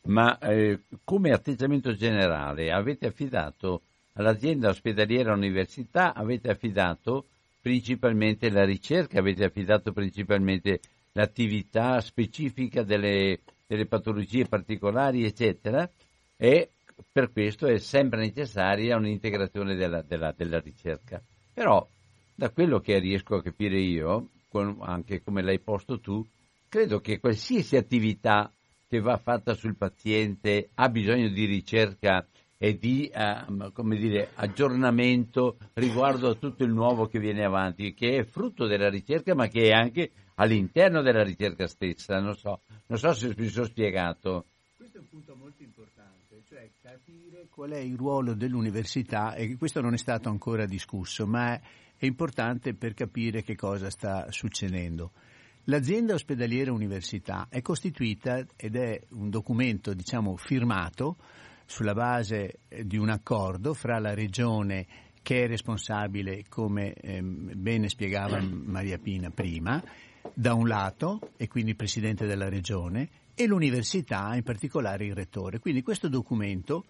ma eh, come atteggiamento generale avete affidato all'azienda ospedaliera università, avete affidato principalmente la ricerca, avete affidato principalmente l'attività specifica delle, delle patologie particolari, eccetera, e per questo è sempre necessaria un'integrazione della, della, della ricerca. Però, da quello che riesco a capire io, anche come l'hai posto tu, credo che qualsiasi attività che va fatta sul paziente ha bisogno di ricerca e di uh, come dire, aggiornamento riguardo a tutto il nuovo che viene avanti, che è frutto della ricerca, ma che è anche all'interno della ricerca stessa. Non so, non so se mi sono spiegato. Questo è un punto molto importante, cioè capire qual è il ruolo dell'università, e questo non è stato ancora discusso, ma è importante per capire che cosa sta succedendo. L'azienda ospedaliera università è costituita ed è un documento, diciamo, firmato sulla base di un accordo fra la regione, che è responsabile, come eh, bene spiegava Maria Pina prima, da un lato, e quindi il presidente della regione, e l'università, in particolare il rettore. Quindi questo documento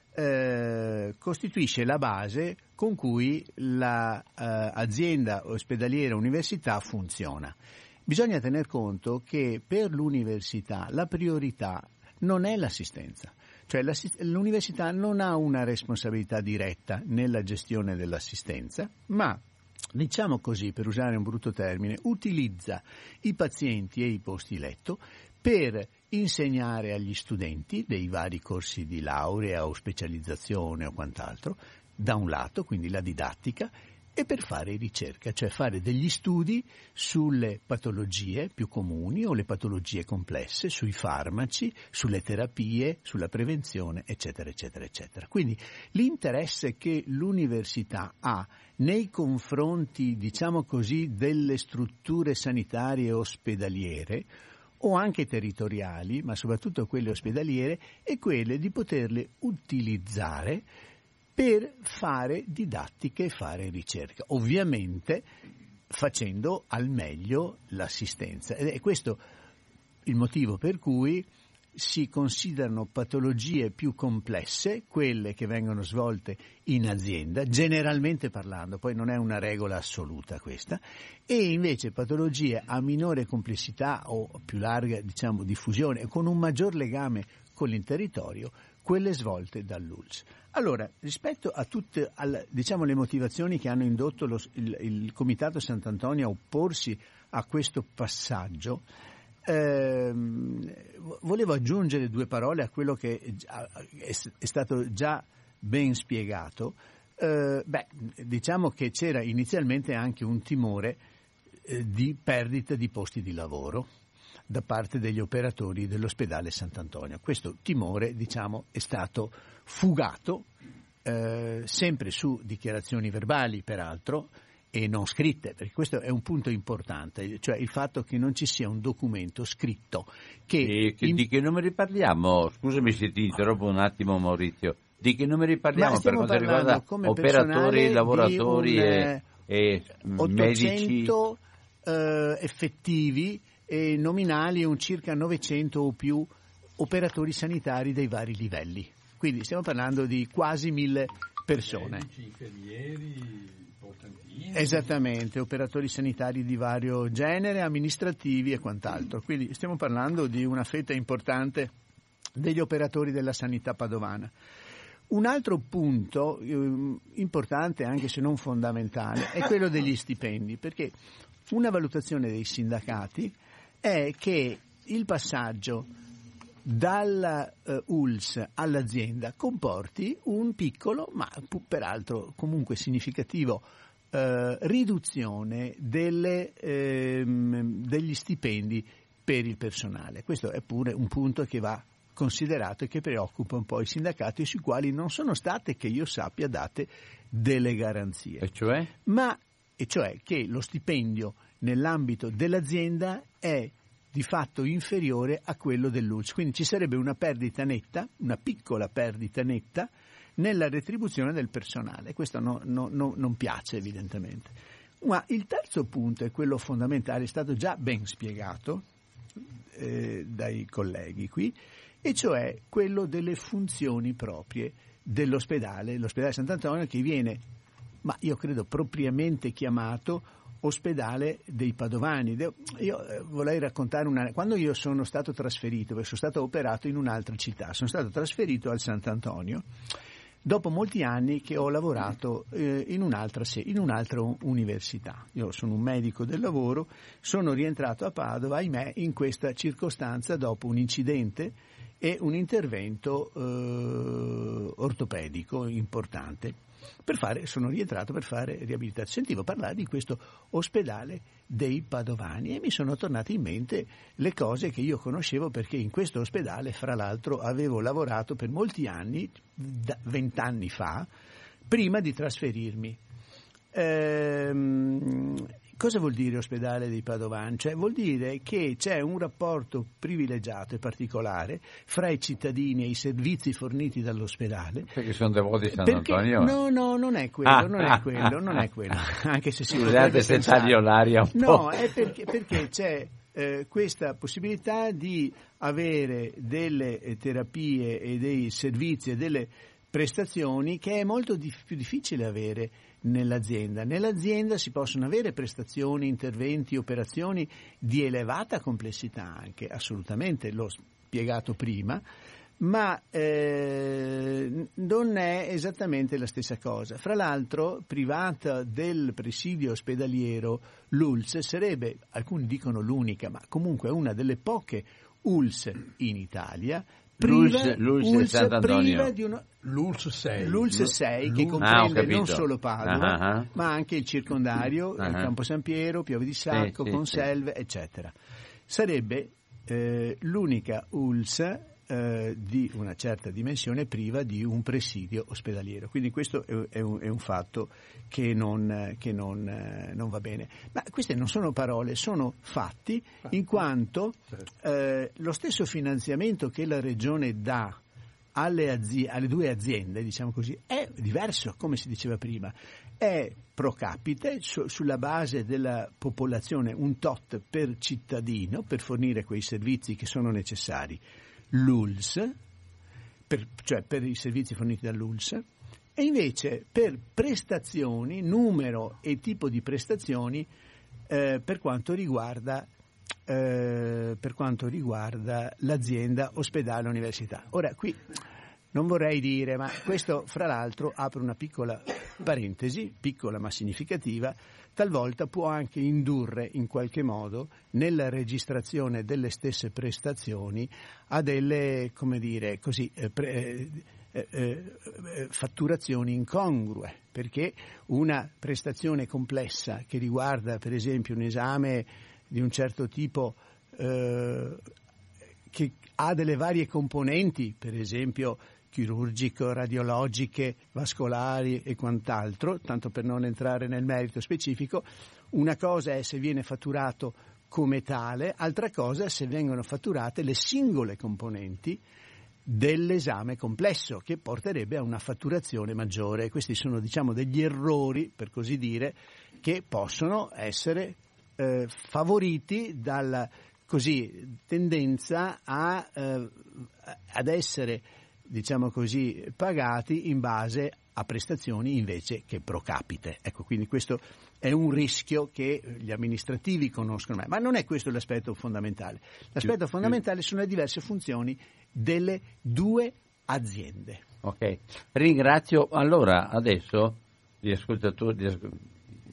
eh, costituisce la base con cui l'azienda eh, ospedaliera università funziona. Bisogna tener conto che per l'università la priorità non è l'assistenza, cioè l'università non ha una responsabilità diretta nella gestione dell'assistenza, ma, diciamo così, per usare un brutto termine, utilizza i pazienti e i posti letto per insegnare agli studenti dei vari corsi di laurea o specializzazione o quant'altro, da un lato, quindi la didattica, e per fare ricerca, cioè fare degli studi sulle patologie più comuni o le patologie complesse, sui farmaci, sulle terapie, sulla prevenzione, eccetera, eccetera, eccetera. Quindi l'interesse che l'università ha nei confronti, diciamo così, delle strutture sanitarie ospedaliere o anche territoriali, ma soprattutto quelle ospedaliere, è quelle di poterle utilizzare per fare didattica e fare ricerca, ovviamente facendo al meglio l'assistenza. Ed è questo il motivo per cui si considerano patologie più complesse quelle che vengono svolte in azienda, generalmente parlando, poi non è una regola assoluta questa, e invece patologie a minore complessità o più larga, diciamo, diffusione, con un maggior legame con il territorio, quelle svolte dall'U L S. Allora, rispetto a tutte al, diciamo, le motivazioni che hanno indotto lo, il, il Comitato Sant'Antonio a opporsi a questo passaggio, ehm, volevo aggiungere due parole a quello che è, è stato già ben spiegato. Eh, beh, diciamo che c'era inizialmente anche un timore eh, di perdita di posti di lavoro da parte degli operatori dell'ospedale Sant'Antonio. Questo timore, diciamo, è stato fugato, eh, sempre su dichiarazioni verbali, peraltro, e non scritte, perché questo è un punto importante, cioè il fatto che non ci sia un documento scritto. Che e che, in... Di che numeri parliamo? Scusami se ti interrompo un attimo, Maurizio. Di che numeri parliamo per quanto riguarda operatori, lavoratori un, e, e medici? ottocento eh, effettivi e nominali, un circa novecento o più operatori sanitari dei vari livelli. Quindi stiamo parlando di quasi mille persone. Medici, infermieri, importantini. Esattamente, operatori sanitari di vario genere, amministrativi e quant'altro. Quindi stiamo parlando di una fetta importante degli operatori della sanità padovana. Un altro punto eh, importante, anche se non fondamentale, è quello degli stipendi, perché una valutazione dei sindacati è che il passaggio dalla uh, U L S all'azienda comporti un piccolo, ma peraltro comunque significativo, uh, riduzione delle, ehm, degli stipendi per il personale. Questo è pure un punto che va considerato e che preoccupa un po' i sindacati, sui quali non sono state, che io sappia, date delle garanzie. E cioè? Ma, e cioè che lo stipendio nell'ambito dell'azienda è di fatto inferiore a quello dell'U L S, quindi ci sarebbe una perdita netta, una piccola perdita netta nella retribuzione del personale. Questo no, no, no, non piace evidentemente. Ma il terzo punto è quello fondamentale, è stato già ben spiegato eh, dai colleghi qui, e cioè quello delle funzioni proprie dell'ospedale, l'ospedale Sant'Antonio, che viene, ma io credo propriamente chiamato ospedale dei Padovani. Io vorrei raccontare una... Quando io sono stato trasferito, perché sono stato operato in un'altra città, sono stato trasferito al Sant'Antonio dopo molti anni che ho lavorato eh, in un'altra se- in un'altra università. Io sono un medico del lavoro, sono rientrato a Padova, ahimè, in questa circostanza dopo un incidente e un intervento eh, ortopedico importante. Per fare, sono rientrato per fare riabilitazione. Sentivo parlare di questo ospedale dei Padovani e mi sono tornate in mente le cose che io conoscevo, perché in questo ospedale, fra l'altro, avevo lavorato per molti anni, vent'anni fa, prima di trasferirmi. Ehm, cosa vuol dire ospedale dei Padovani? Cioè, vuol dire che c'è un rapporto privilegiato e particolare fra i cittadini e i servizi forniti dall'ospedale. Perché sono devoti di Sant'Antonio? No, no, non è quello, ah, non è quello, non è quello. Anche se si Scusate se taglio l'aria un no, po'. No, è perché, perché c'è eh, questa possibilità di avere delle eh, terapie e dei servizi e delle prestazioni che è molto dif- più difficile avere nell'azienda. Nell'azienda si possono avere prestazioni, interventi, operazioni di elevata complessità anche, assolutamente, l'ho spiegato prima, ma eh, non è esattamente la stessa cosa. Fra l'altro, privata del presidio ospedaliero, l'U L S sarebbe, alcuni dicono l'unica, ma comunque una delle poche U L S in Italia, priva, L'U L S, l'U L S priva di uno... L'U L S sei. L'U L S sei che comprende ah, non solo Padova, uh-huh. ma anche il circondario, uh-huh. il Campo San Piero, Piave di Sacco, sì, Conselve, sì. eccetera. Sarebbe eh, l'unica U L S eh, di una certa dimensione priva di un presidio ospedaliero. Quindi questo è, è, un, è un fatto che, non, che non, eh, non va bene. Ma queste non sono parole, sono fatti, in quanto eh, lo stesso finanziamento che la Regione dà Alle, azi- alle due aziende, diciamo così, è diverso, come si diceva prima, è pro capite, su- sulla base della popolazione, un tot per cittadino per fornire quei servizi che sono necessari. L'U L S, per, cioè per i servizi forniti dall'U L S, e invece per prestazioni, numero e tipo di prestazioni eh, per quanto riguarda Eh, per quanto riguarda l'azienda ospedale università. Ora qui non vorrei dire, ma questo fra l'altro apre una piccola parentesi, piccola ma significativa, talvolta può anche indurre in qualche modo nella registrazione delle stesse prestazioni a delle, come dire, così, eh, pre, eh, eh, fatturazioni incongrue, perché una prestazione complessa che riguarda per esempio un esame di un certo tipo eh, che ha delle varie componenti, per esempio chirurgico, radiologiche, vascolari e quant'altro, tanto per non entrare nel merito specifico. Una cosa è se viene fatturato come tale, altra cosa è se vengono fatturate le singole componenti dell'esame complesso, che porterebbe a una fatturazione maggiore. Questi sono, diciamo, degli errori, per così dire, che possono essere Eh, favoriti dalla così tendenza a eh, ad essere, diciamo così, pagati in base a prestazioni invece che pro capite. Ecco, quindi questo è un rischio che gli amministrativi conoscono, ma non è questo l'aspetto fondamentale. L'aspetto fondamentale sono le diverse funzioni delle due aziende. Ok, ringrazio. Allora adesso gli ascoltatori, gli ascoltatori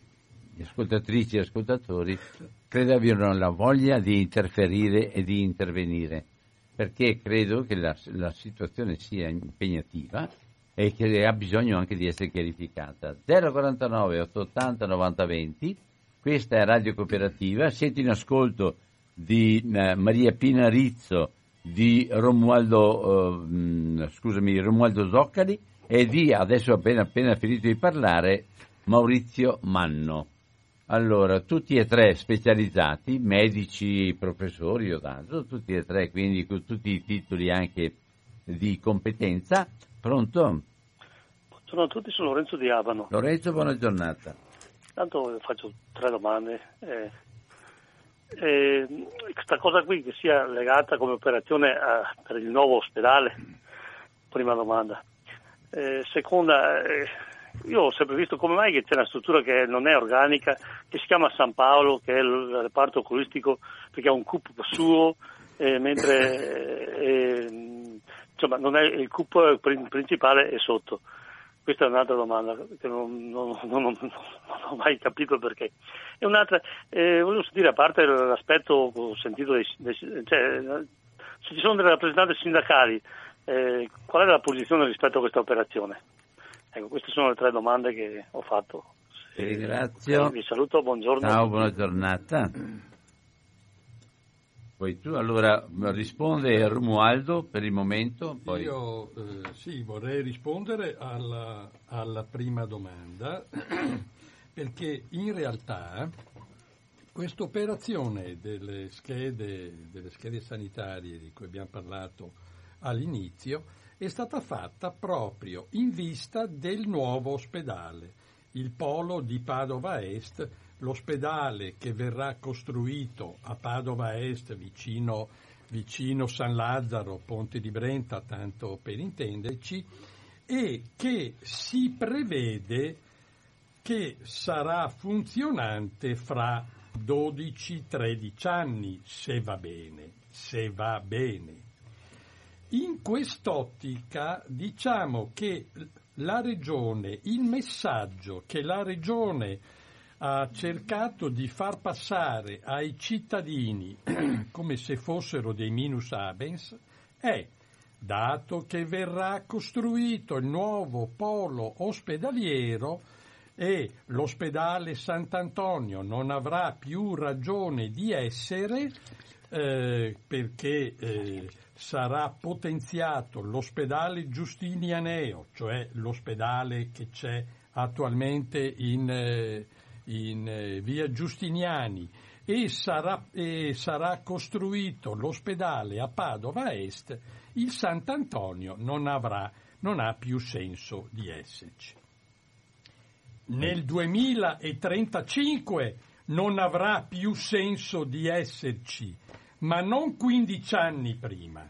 ascoltatrici e ascoltatori credo abbiano la voglia di interferire e di intervenire, perché credo che la, la situazione sia impegnativa e che ha bisogno anche di essere chiarificata. zero quarantanove ottocentottanta novanta venti, questa è Radio Cooperativa, siete in ascolto di eh, Maria Pina Rizzo, di Romualdo eh, scusami Romualdo Zoccali e di, adesso appena appena finito di parlare, Maurizio Manno. Allora, tutti e tre specializzati, medici, professori o tanto, tutti e tre, quindi con tutti i titoli anche di competenza. Pronto? Buongiorno a tutti, sono Lorenzo di Abano. Lorenzo, buona giornata. Tanto faccio tre domande. Eh, eh, questa cosa qui che sia legata come operazione a, per il nuovo ospedale, prima domanda. Eh, seconda, eh, io ho sempre visto come mai che c'è una struttura che non è organica, che si chiama San Paolo, che è il reparto oculistico, perché ha un C U P suo, eh, mentre eh, insomma non è il C U P principale è sotto. Questa è un'altra domanda che non, non, non, non, non ho mai capito perché. E un'altra, eh, volevo sentire, a parte l'aspetto ho sentito, dei, dei, cioè, se ci sono delle rappresentanze sindacali, eh, qual è la posizione rispetto a questa operazione? Ecco, queste sono le tre domande che ho fatto. Ti ringrazio. Vi saluto, buongiorno. Ciao, buona giornata. Poi tu, allora risponde Romualdo per il momento. Poi... Io eh, sì, vorrei rispondere alla, alla prima domanda, perché in realtà questa operazione delle schede, delle schede sanitarie di cui abbiamo parlato all'inizio è stata fatta proprio in vista del nuovo ospedale, il polo di Padova Est, l'ospedale che verrà costruito a Padova Est vicino, vicino San Lazzaro, Ponte di Brenta, tanto per intenderci, e che si prevede che sarà funzionante fra dodici tredici anni, se va bene, se va bene. In quest'ottica diciamo che la Regione, il messaggio che la Regione ha cercato di far passare ai cittadini come se fossero dei minus abens è, dato che verrà costruito il nuovo polo ospedaliero e l'ospedale Sant'Antonio non avrà più ragione di essere, eh, perché eh, sarà potenziato l'ospedale Giustinianeo, cioè l'ospedale che c'è attualmente in, eh, in eh, via Giustiniani, e sarà, e sarà costruito l'ospedale a Padova Est, il Sant'Antonio non avrà, non ha più senso di esserci. Nel duemilatrentacinque non avrà più senso di esserci, ma non quindici anni prima.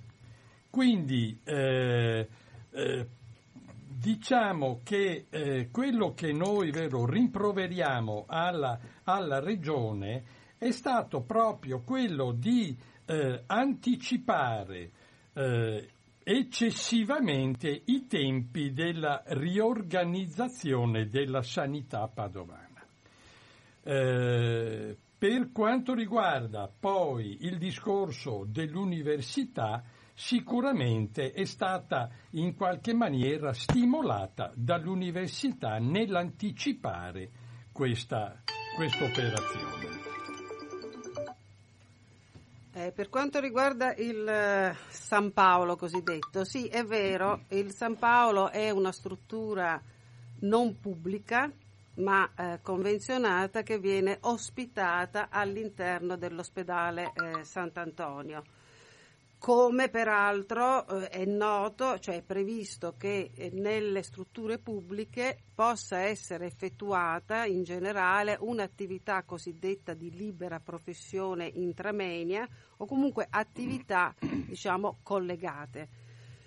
Quindi eh, eh, diciamo che eh, quello che noi vero, rimproveriamo alla, alla Regione è stato proprio quello di eh, anticipare eh, eccessivamente i tempi della riorganizzazione della sanità padovana. Eh, per quanto riguarda poi il discorso dell'università, sicuramente è stata in qualche maniera stimolata dall'università nell'anticipare questa operazione. Eh, per quanto riguarda il eh, San Paolo cosiddetto, sì, è vero, il San Paolo è una struttura non pubblica, ma eh, convenzionata, che viene ospitata all'interno dell'ospedale eh, Sant'Antonio. Come peraltro eh, è noto, cioè è previsto che eh, nelle strutture pubbliche possa essere effettuata in generale un'attività cosiddetta di libera professione intramoenia o comunque attività, diciamo, collegate.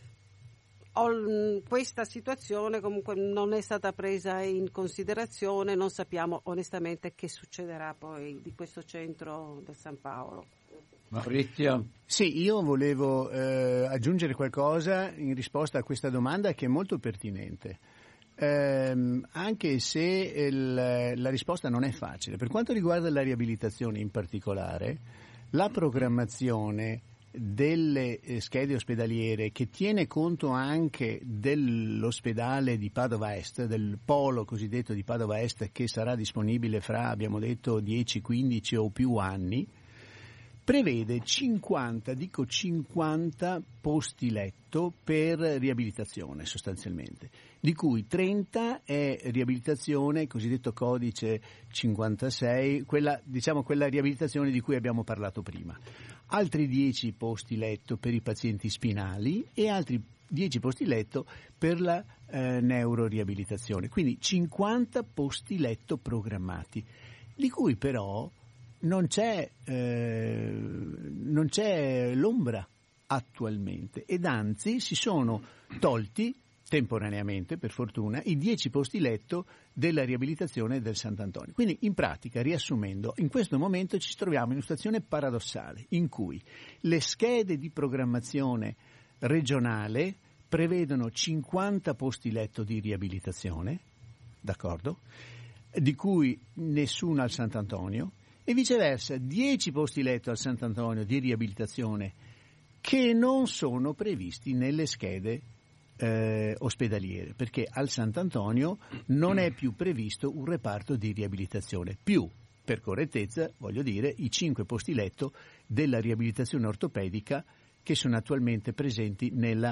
Questa situazione comunque non è stata presa in considerazione, non sappiamo onestamente che succederà poi di questo centro del San Paolo. Maurizio? Sì, io volevo eh, aggiungere qualcosa in risposta a questa domanda che è molto pertinente, eh, anche se il, la risposta non è facile. Per quanto riguarda la riabilitazione in particolare, la programmazione delle schede ospedaliere, che tiene conto anche dell'ospedale di Padova Est, del polo cosiddetto di Padova Est, che sarà disponibile fra, abbiamo detto, dieci, quindici o più anni, prevede cinquanta, dico cinquanta posti letto per riabilitazione sostanzialmente, di cui trenta è riabilitazione, cosiddetto codice cinquantasei, quella, diciamo quella riabilitazione di cui abbiamo parlato prima. Altri dieci posti letto per i pazienti spinali e altri dieci posti letto per la eh, neuroriabilitazione, quindi cinquanta posti letto programmati, di cui però non c'è, eh, non c'è l'ombra attualmente, ed anzi si sono tolti temporaneamente, per fortuna, i dieci posti letto della riabilitazione del Sant'Antonio. Quindi, in pratica, riassumendo, in questo momento ci troviamo in una situazione paradossale in cui le schede di programmazione regionale prevedono cinquanta posti letto di riabilitazione, d'accordo? Di cui nessuno al Sant'Antonio, e viceversa dieci posti letto al Sant'Antonio di riabilitazione che non sono previsti nelle schede Eh, ospedaliere, perché al Sant'Antonio non è più previsto un reparto di riabilitazione, più, per correttezza, voglio dire, i cinque posti letto della riabilitazione ortopedica che sono attualmente presenti nella,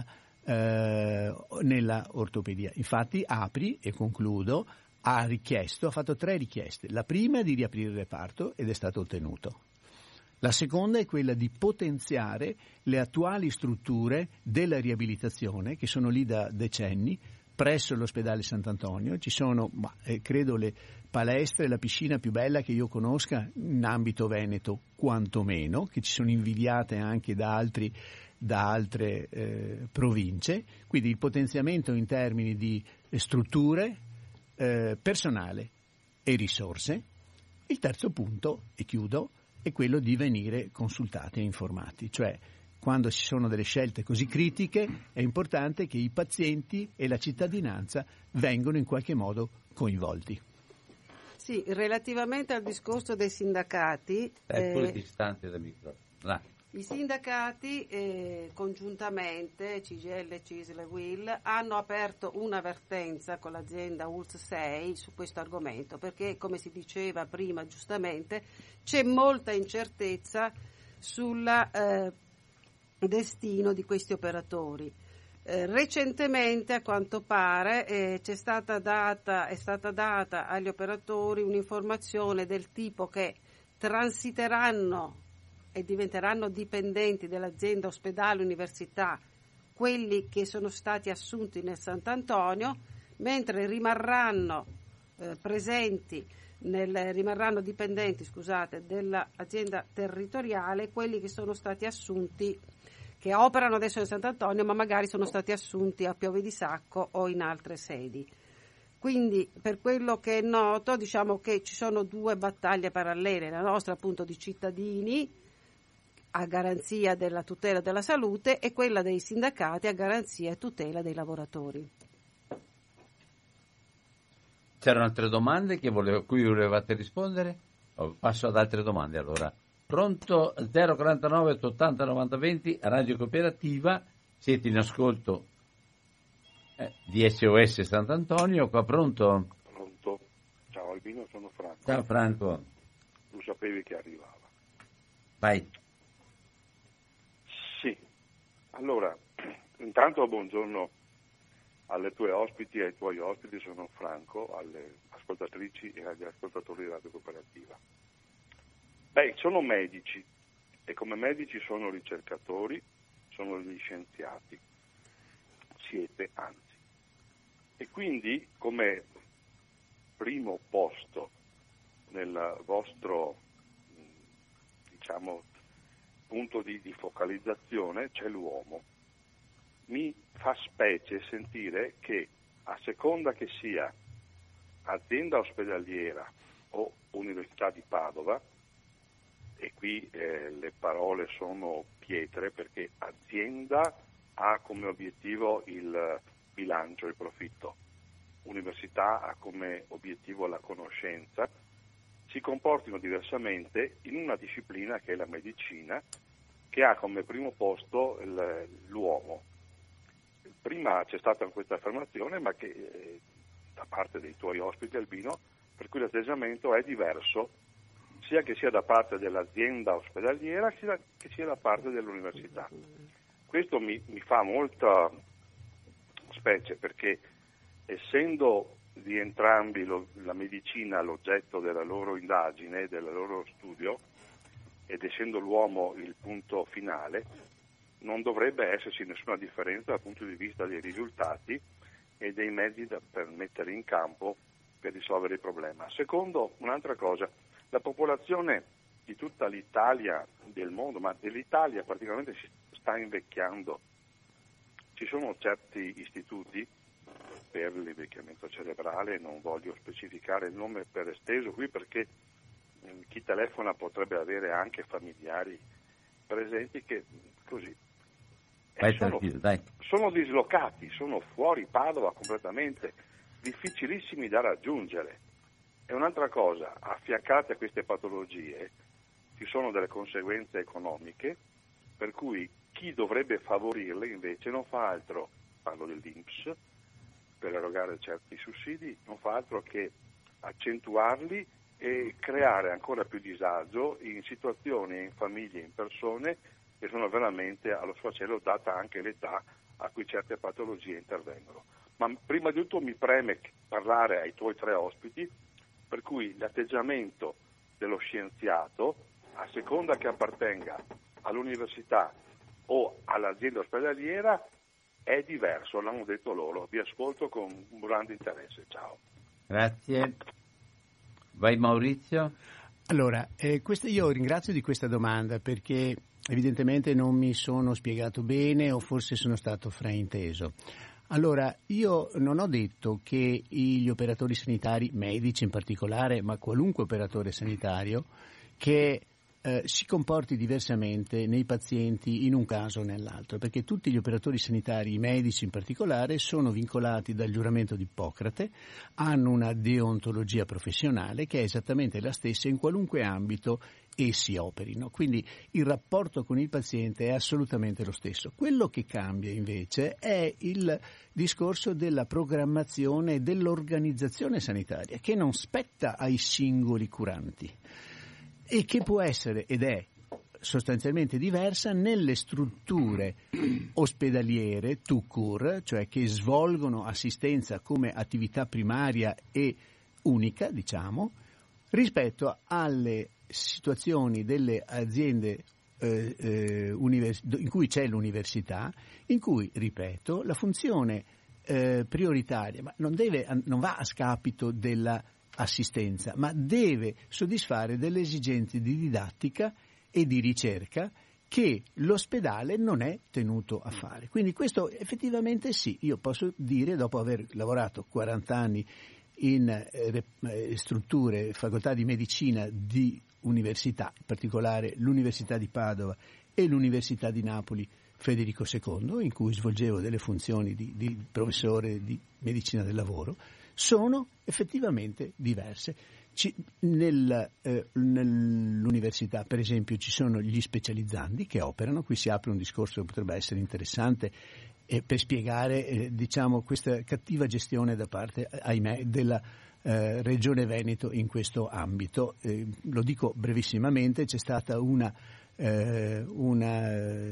eh, nella ortopedia. Infatti Apri, e concludo, ha richiesto, ha fatto tre richieste. La prima è di riaprire il reparto ed è stato ottenuto. La seconda è quella di potenziare le attuali strutture della riabilitazione, che sono lì da decenni, presso l'ospedale Sant'Antonio. Ci sono, ma, eh, credo, le palestre, la piscina più bella che io conosca in ambito veneto, quantomeno, che ci sono invidiate anche da, altri, da altre eh, province. Quindi il potenziamento in termini di strutture, eh, personale e risorse. Il terzo punto, e chiudo, è quello di venire consultati e informati, cioè quando ci sono delle scelte così critiche è importante che i pazienti e la cittadinanza vengano in qualche modo coinvolti. Sì, relativamente al discorso dei sindacati, è pure eh, distante dal microfono. Là. I sindacati eh, congiuntamente, C G I L, C I S L e U I L, hanno aperto un'avvertenza con l'azienda U L S S sei su questo argomento, perché, come si diceva prima giustamente, c'è molta incertezza sul eh, destino di questi operatori. Eh, recentemente, a quanto pare, eh, c'è stata data, è stata data agli operatori un'informazione del tipo che transiteranno e diventeranno dipendenti dell'azienda ospedale università quelli che sono stati assunti nel Sant'Antonio, mentre rimarranno eh, presenti nel, rimarranno dipendenti scusate, dell'azienda territoriale quelli che sono stati assunti, che operano adesso nel Sant'Antonio, ma magari sono stati assunti a Piove di Sacco o in altre sedi. Quindi, per quello che è noto, diciamo che ci sono due battaglie parallele, la nostra appunto di cittadini a garanzia della tutela della salute e quella dei sindacati a garanzia e tutela dei lavoratori. C'erano altre domande che volevo, cui volevate rispondere? Oh, passo ad altre domande allora. Pronto? zero quarantanove ottanta novanta venti, Radio Cooperativa, siete in ascolto eh, di S O S Sant'Antonio, qua pronto? Pronto, ciao Albino, sono Franco. Ciao Franco. Tu sapevi che arrivava. Vai. Sì, allora, intanto buongiorno alle tue ospiti e ai tuoi ospiti, sono Franco, alle ascoltatrici e agli ascoltatori di Radio Cooperativa. Beh, sono medici e come medici sono ricercatori, sono gli scienziati, siete anzi. E quindi come primo posto nel vostro, diciamo, punto di, di focalizzazione c'è l'uomo. Mi fa specie sentire che a seconda che sia azienda ospedaliera o Università di Padova, e qui eh, le parole sono pietre perché azienda ha come obiettivo il bilancio, il profitto, università ha come obiettivo la conoscenza, si comportino diversamente in una disciplina che è la medicina, che ha come primo posto il, l'uomo. Prima c'è stata questa affermazione, ma che eh, da parte dei tuoi ospiti, Albino, per cui l'atteggiamento è diverso, sia che sia da parte dell'azienda ospedaliera sia che sia da parte dell'università. Questo mi, mi fa molta specie perché, essendo di entrambi lo, la medicina l'oggetto della loro indagine, del loro studio, ed essendo l'uomo il punto finale, non dovrebbe esserci nessuna differenza dal punto di vista dei risultati e dei mezzi da, per mettere in campo per risolvere il problema. Secondo, un'altra cosa, la popolazione di tutta l'Italia del mondo, ma dell'Italia praticamente si sta invecchiando. Ci sono certi istituti per l'invecchiamento cerebrale, non voglio specificare il nome per esteso qui perché chi telefona potrebbe avere anche familiari presenti che così Vai sono, dai. sono dislocati, sono fuori Padova completamente, difficilissimi da raggiungere. E un'altra cosa, affiancate a queste patologie ci sono delle conseguenze economiche, per cui chi dovrebbe favorirle invece non fa altro, parlo dell'I N P S, per erogare certi sussidi, non fa altro che accentuarli e creare ancora più disagio in situazioni, in famiglie, in persone che sono veramente allo sfacelo, data anche l'età a cui certe patologie intervengono. Ma prima di tutto mi preme parlare ai tuoi tre ospiti, per cui l'atteggiamento dello scienziato, a seconda che appartenga all'università o all'azienda ospedaliera, è diverso, l'hanno detto loro. Vi ascolto con un grande interesse. Ciao. Grazie. Vai Maurizio. Allora, eh, questa, io ringrazio di questa domanda perché evidentemente non mi sono spiegato bene o forse sono stato frainteso. Allora, io non ho detto che gli operatori sanitari, medici in particolare, ma qualunque operatore sanitario, che eh, si comporti diversamente nei pazienti in un caso o nell'altro, perché tutti gli operatori sanitari, i medici in particolare, sono vincolati dal giuramento di Ippocrate, hanno una deontologia professionale che è esattamente la stessa in qualunque ambito essi operino. Quindi il rapporto con il paziente è assolutamente lo stesso. Quello che cambia invece è il discorso della programmazione e dell'organizzazione sanitaria, che non spetta ai singoli curanti e che può essere ed è sostanzialmente diversa nelle strutture ospedaliere tout court, cioè che svolgono assistenza come attività primaria e unica, diciamo, rispetto alle situazioni delle aziende eh, eh, univers- in cui c'è l'università, in cui, ripeto, la funzione eh, prioritaria ma non, deve, non va a scapito dell'assistenza, ma deve soddisfare delle esigenze di didattica e di ricerca che l'ospedale non è tenuto a fare. Quindi questo effettivamente sì, io posso dire, dopo aver lavorato quaranta anni in eh, strutture, facoltà di medicina di università, in particolare l'Università di Padova e l'Università di Napoli Federico secondo, in cui svolgevo delle funzioni di, di professore di medicina del lavoro, sono effettivamente diverse. Ci, nel, eh, nell'università, per esempio, ci sono gli specializzandi che operano, qui si apre un discorso che potrebbe essere interessante eh, per spiegare eh, diciamo, questa cattiva gestione da parte, ahimè, della eh, Regione Veneto in questo ambito. Eh, lo dico brevissimamente, c'è stata una, eh, una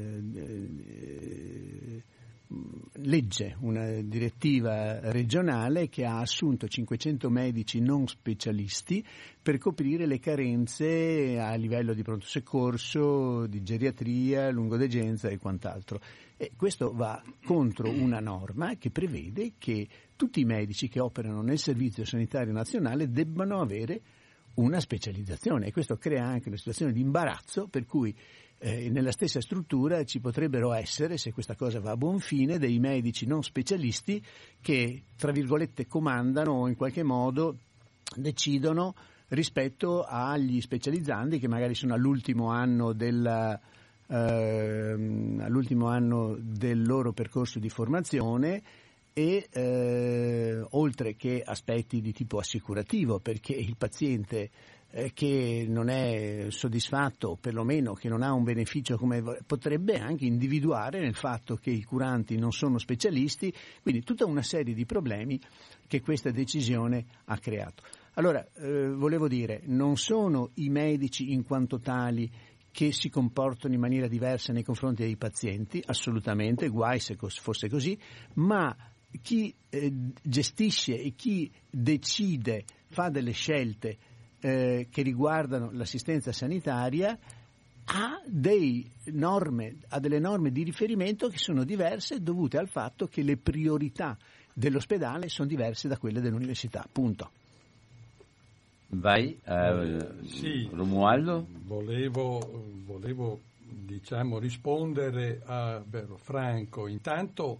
eh, legge, una direttiva regionale che ha assunto cinquecento medici non specialisti per coprire le carenze a livello di pronto soccorso, di geriatria, lungodegenza e quant'altro. E questo va contro una norma che prevede che tutti i medici che operano nel Servizio Sanitario Nazionale debbano avere una specializzazione, e questo crea anche una situazione di imbarazzo per cui Eh, nella stessa struttura ci potrebbero essere, se questa cosa va a buon fine, dei medici non specialisti che, tra virgolette, comandano o in qualche modo decidono rispetto agli specializzandi che magari sono all'ultimo anno della, eh, all'ultimo anno del loro percorso di formazione e eh, oltre che aspetti di tipo assicurativo, perché il paziente che non è soddisfatto, o perlomeno che non ha un beneficio come potrebbe anche individuare nel fatto che i curanti non sono specialisti, quindi tutta una serie di problemi che questa decisione ha creato. Allora, eh, volevo dire, non sono i medici in quanto tali che si comportano in maniera diversa nei confronti dei pazienti, assolutamente, guai se fosse così, ma chi eh, gestisce e chi decide, fa delle scelte Eh, che riguardano l'assistenza sanitaria ha, dei norme, ha delle norme di riferimento che sono diverse dovute al fatto che le priorità dell'ospedale sono diverse da quelle dell'università, punto. Vai, uh, eh, sì, Romualdo. Volevo, volevo diciamo, rispondere a vero, Franco. Intanto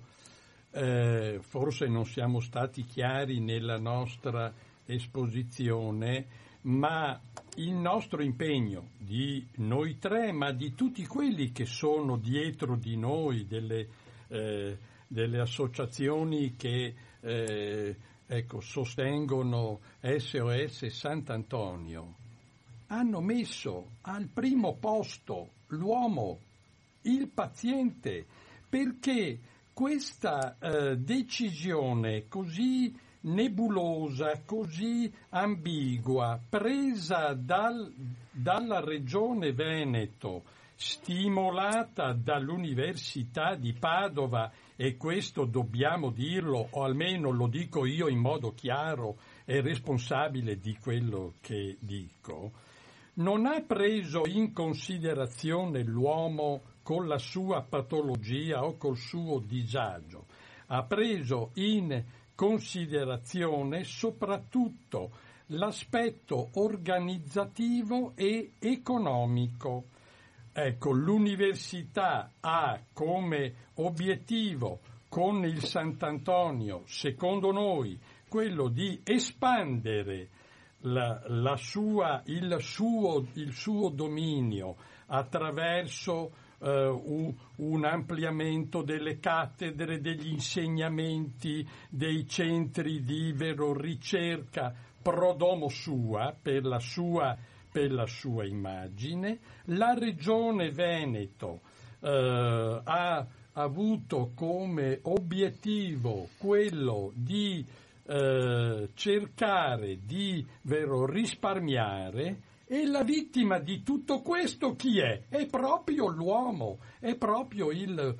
eh, forse non siamo stati chiari nella nostra esposizione, ma il nostro impegno di noi tre, ma di tutti quelli che sono dietro di noi, delle, eh, delle associazioni che eh, ecco, sostengono S O S Sant'Antonio, hanno messo al primo posto l'uomo, il paziente, perché questa eh, decisione così nebulosa, così ambigua, presa dal, dalla Regione Veneto, stimolata dall'Università di Padova, e questo dobbiamo dirlo, o almeno lo dico io in modo chiaro e responsabile di quello che dico, non ha preso in considerazione l'uomo con la sua patologia o col suo disagio, ha preso in considerazione soprattutto l'aspetto organizzativo e economico. Ecco, l'università ha come obiettivo con il Sant'Antonio, secondo noi, quello di espandere la, la sua, il, suo, il suo dominio attraverso uh, un, un ampliamento delle cattedre, degli insegnamenti, dei centri di vero ricerca pro domo sua, per la sua per la sua immagine. La Regione Veneto eh, ha avuto come obiettivo quello di eh, cercare di vero risparmiare, e la vittima di tutto questo chi è? È proprio l'uomo, è proprio il,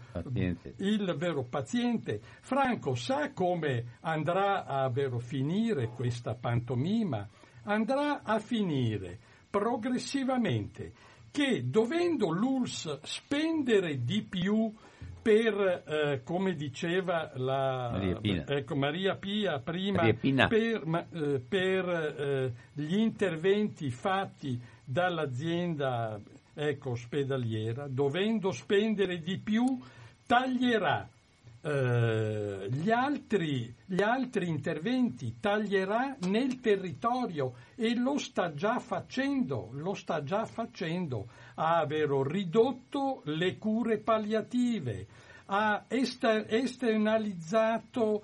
il vero paziente. Franco sa come andrà a vero finire questa pantomima? Andrà a finire progressivamente che, dovendo l'U L S spendere di più per, eh, come diceva la Maria Pina, ecco, Maria Pia prima, Maria Pina. per, ma, eh, per eh, gli interventi fatti dall'azienda ecco, ospedaliera, dovendo spendere di più, taglierà Uh, gli altri, gli altri interventi, taglierà nel territorio, e lo sta già facendo, lo sta già facendo. Ha vero ridotto le cure palliative, ha ester- esternalizzato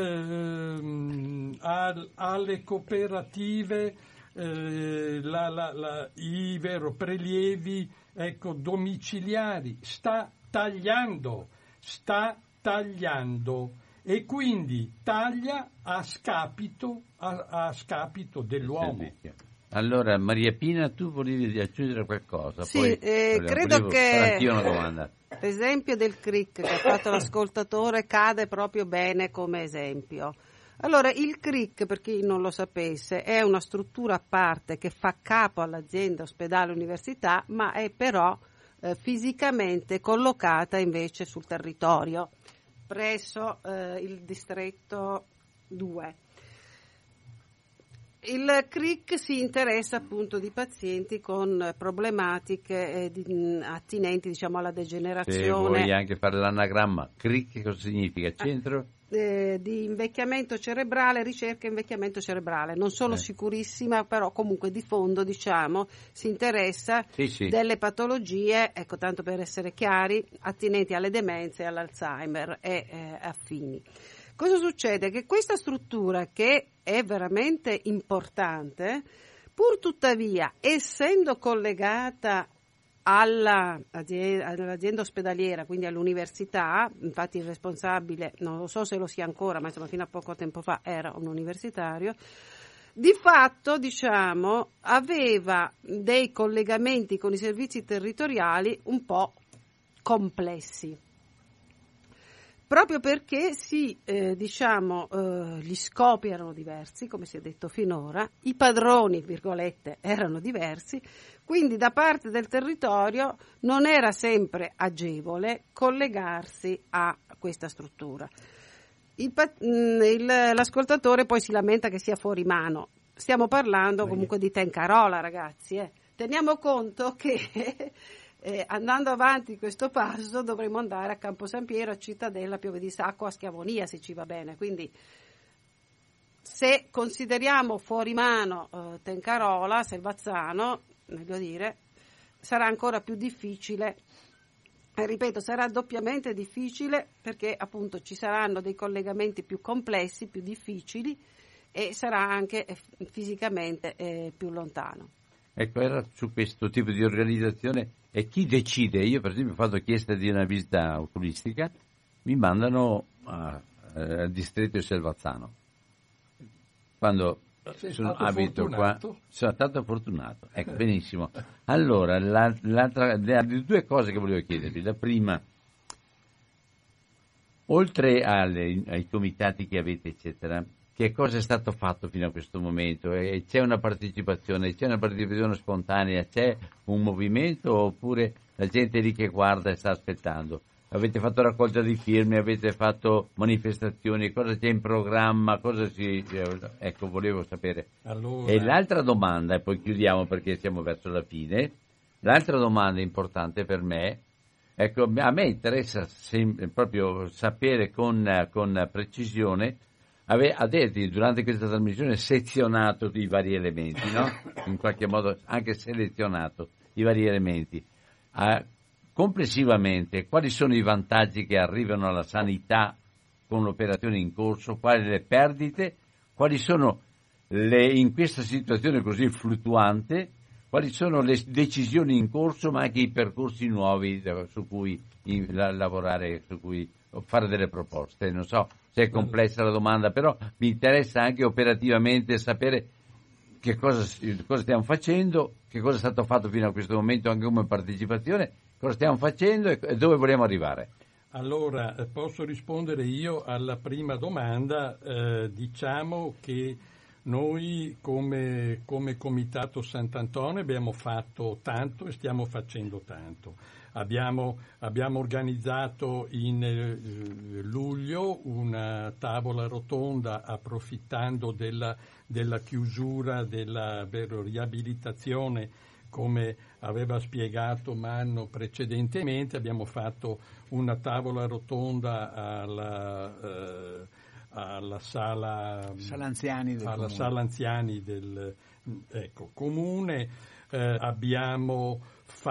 uh, al, alle cooperative uh, la, la, la, i vero prelievi ecco, domiciliari, sta tagliando, sta tagliando, e quindi taglia a scapito, a, a scapito dell'uomo. Allora, Maria Pina, tu volevi aggiungere qualcosa? Sì, Poi, eh, credo che una domanda. L'esempio del C R I C che ha fatto l'ascoltatore cade proprio bene come esempio. Allora, il C R I C, per chi non lo sapesse, è una struttura a parte che fa capo all'azienda ospedale università, ma è però eh, fisicamente collocata invece sul territorio, presso eh, il distretto due. Il C R I C si interessa appunto di pazienti con problematiche eh, di, attinenti diciamo alla degenerazione. Se vuoi anche fare l'anagramma, C R I C cosa significa? Centro? Eh, di invecchiamento cerebrale, ricerca invecchiamento cerebrale. Non sono eh. sicurissima, però comunque di fondo diciamo si interessa sì, sì. delle patologie, ecco, tanto per essere chiari, attinenti alle demenze, all'Alzheimer e eh, affini. Cosa succede? Che questa struttura, che è veramente importante, pur tuttavia, essendo collegata alla azienda, all'azienda ospedaliera, quindi all'università, infatti il responsabile, non lo so se lo sia ancora, ma insomma fino a poco tempo fa era un universitario, di fatto, diciamo, aveva dei collegamenti con i servizi territoriali un po' complessi. Proprio perché sì, eh, diciamo, eh, gli scopi erano diversi, come si è detto finora, i padroni, virgolette, erano diversi, quindi da parte del territorio non era sempre agevole collegarsi a questa struttura. Il, il, l'ascoltatore poi si lamenta che sia fuori mano. stiamo parlando comunque di Tencarola, ragazzi. Eh. Teniamo conto che eh, andando avanti questo passo dovremo andare a Campo San Piero, a Cittadella, Piove di Sacco, a Schiavonia, se ci va bene. Quindi se consideriamo fuori mano eh, Tencarola, Selvazzano, voglio dire, sarà ancora più difficile. E ripeto, sarà doppiamente difficile perché appunto ci saranno dei collegamenti più complessi, più difficili e sarà anche eh, fisicamente eh, più lontano. Ecco, era su questo tipo di organizzazione. E chi decide? Io per esempio ho fatto chiesta di una visita oculistica, mi mandano a, a, al distretto di Selvazzano. Quando Sei sono stato abito fortunato? qua, sono stato fortunato. Ecco, benissimo. Allora, la, l'altra, le due cose che volevo chiedervi. La prima, oltre alle, ai comitati che avete, eccetera, che cosa è stato fatto fino a questo momento? E c'è una partecipazione, c'è una partecipazione spontanea, c'è un movimento oppure la gente lì che guarda e sta aspettando? Avete fatto raccolta di firme, avete fatto manifestazioni, cosa c'è in programma, cosa si... Ecco, volevo sapere. Allora... E l'altra domanda, e poi chiudiamo perché siamo verso la fine, l'altra domanda importante per me, ecco, a me interessa sem- proprio sapere con, con precisione, ave- avete durante questa trasmissione sezionato i vari elementi, no? In qualche modo anche selezionato i vari elementi. Uh, Complessivamente, quali sono i vantaggi che arrivano alla sanità con l'operazione in corso? Quali le perdite? Quali sono le, in questa situazione così fluttuante, quali sono le decisioni in corso, ma anche i percorsi nuovi su cui in, la, lavorare, su cui fare delle proposte? Non so se è complessa la domanda, però mi interessa anche operativamente sapere che cosa, cosa stiamo facendo, che cosa è stato fatto fino a questo momento anche come partecipazione, cosa stiamo facendo e dove vogliamo arrivare. Allora, posso rispondere io alla prima domanda. Eh, diciamo che noi come, come Comitato Sant'Antonio abbiamo fatto tanto e stiamo facendo tanto. Abbiamo, abbiamo organizzato in eh, luglio una tavola rotonda approfittando della, della chiusura della vero, riabilitazione, come aveva spiegato Manno precedentemente. Abbiamo fatto una tavola rotonda alla, eh, alla sala, sala anziani del alla comune. sala anziani del ecco, comune. Eh, abbiamo